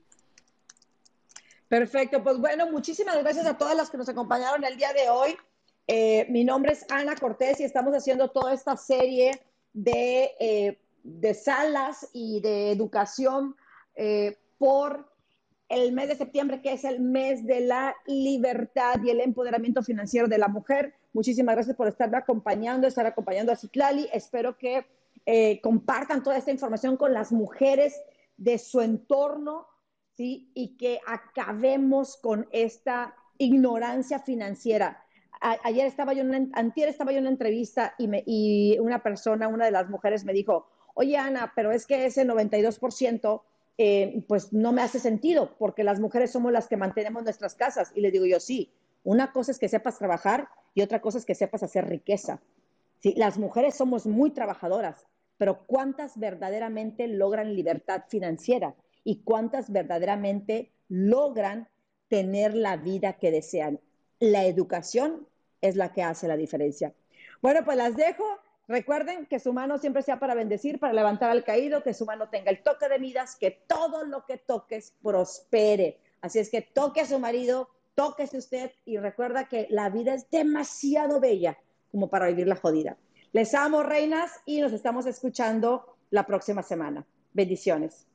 Perfecto, pues bueno, muchísimas gracias a todas las que nos acompañaron el día de hoy. Eh, mi nombre es Ana Cortés y estamos haciendo toda esta serie de, eh, de salas y de educación eh, por el mes de septiembre, que es el mes de la libertad y el empoderamiento financiero de la mujer. Muchísimas gracias por estarme acompañando, estar acompañando a Citlali. Espero que eh, compartan toda esta información con las mujeres de su entorno, ¿sí? Y que acabemos con esta ignorancia financiera. A, ayer estaba yo en una, antier estaba yo en una entrevista y, me, y una persona, una de las mujeres me dijo, oye, Ana, pero es que ese noventa y dos por ciento Eh, pues no me hace sentido, porque las mujeres somos las que mantenemos nuestras casas. Y le digo yo, sí, una cosa es que sepas trabajar y otra cosa es que sepas hacer riqueza. Sí, las mujeres somos muy trabajadoras, pero ¿cuántas verdaderamente logran libertad financiera? ¿Y cuántas verdaderamente logran tener la vida que desean? La educación es la que hace la diferencia. Bueno, pues las dejo. Recuerden que su mano siempre sea para bendecir, para levantar al caído, que su mano tenga el toque de Midas, que todo lo que toques prospere. Así es que toque a su marido, tóquese usted y recuerda que la vida es demasiado bella como para vivirla jodida. Les amo, reinas, y nos estamos escuchando la próxima semana. Bendiciones.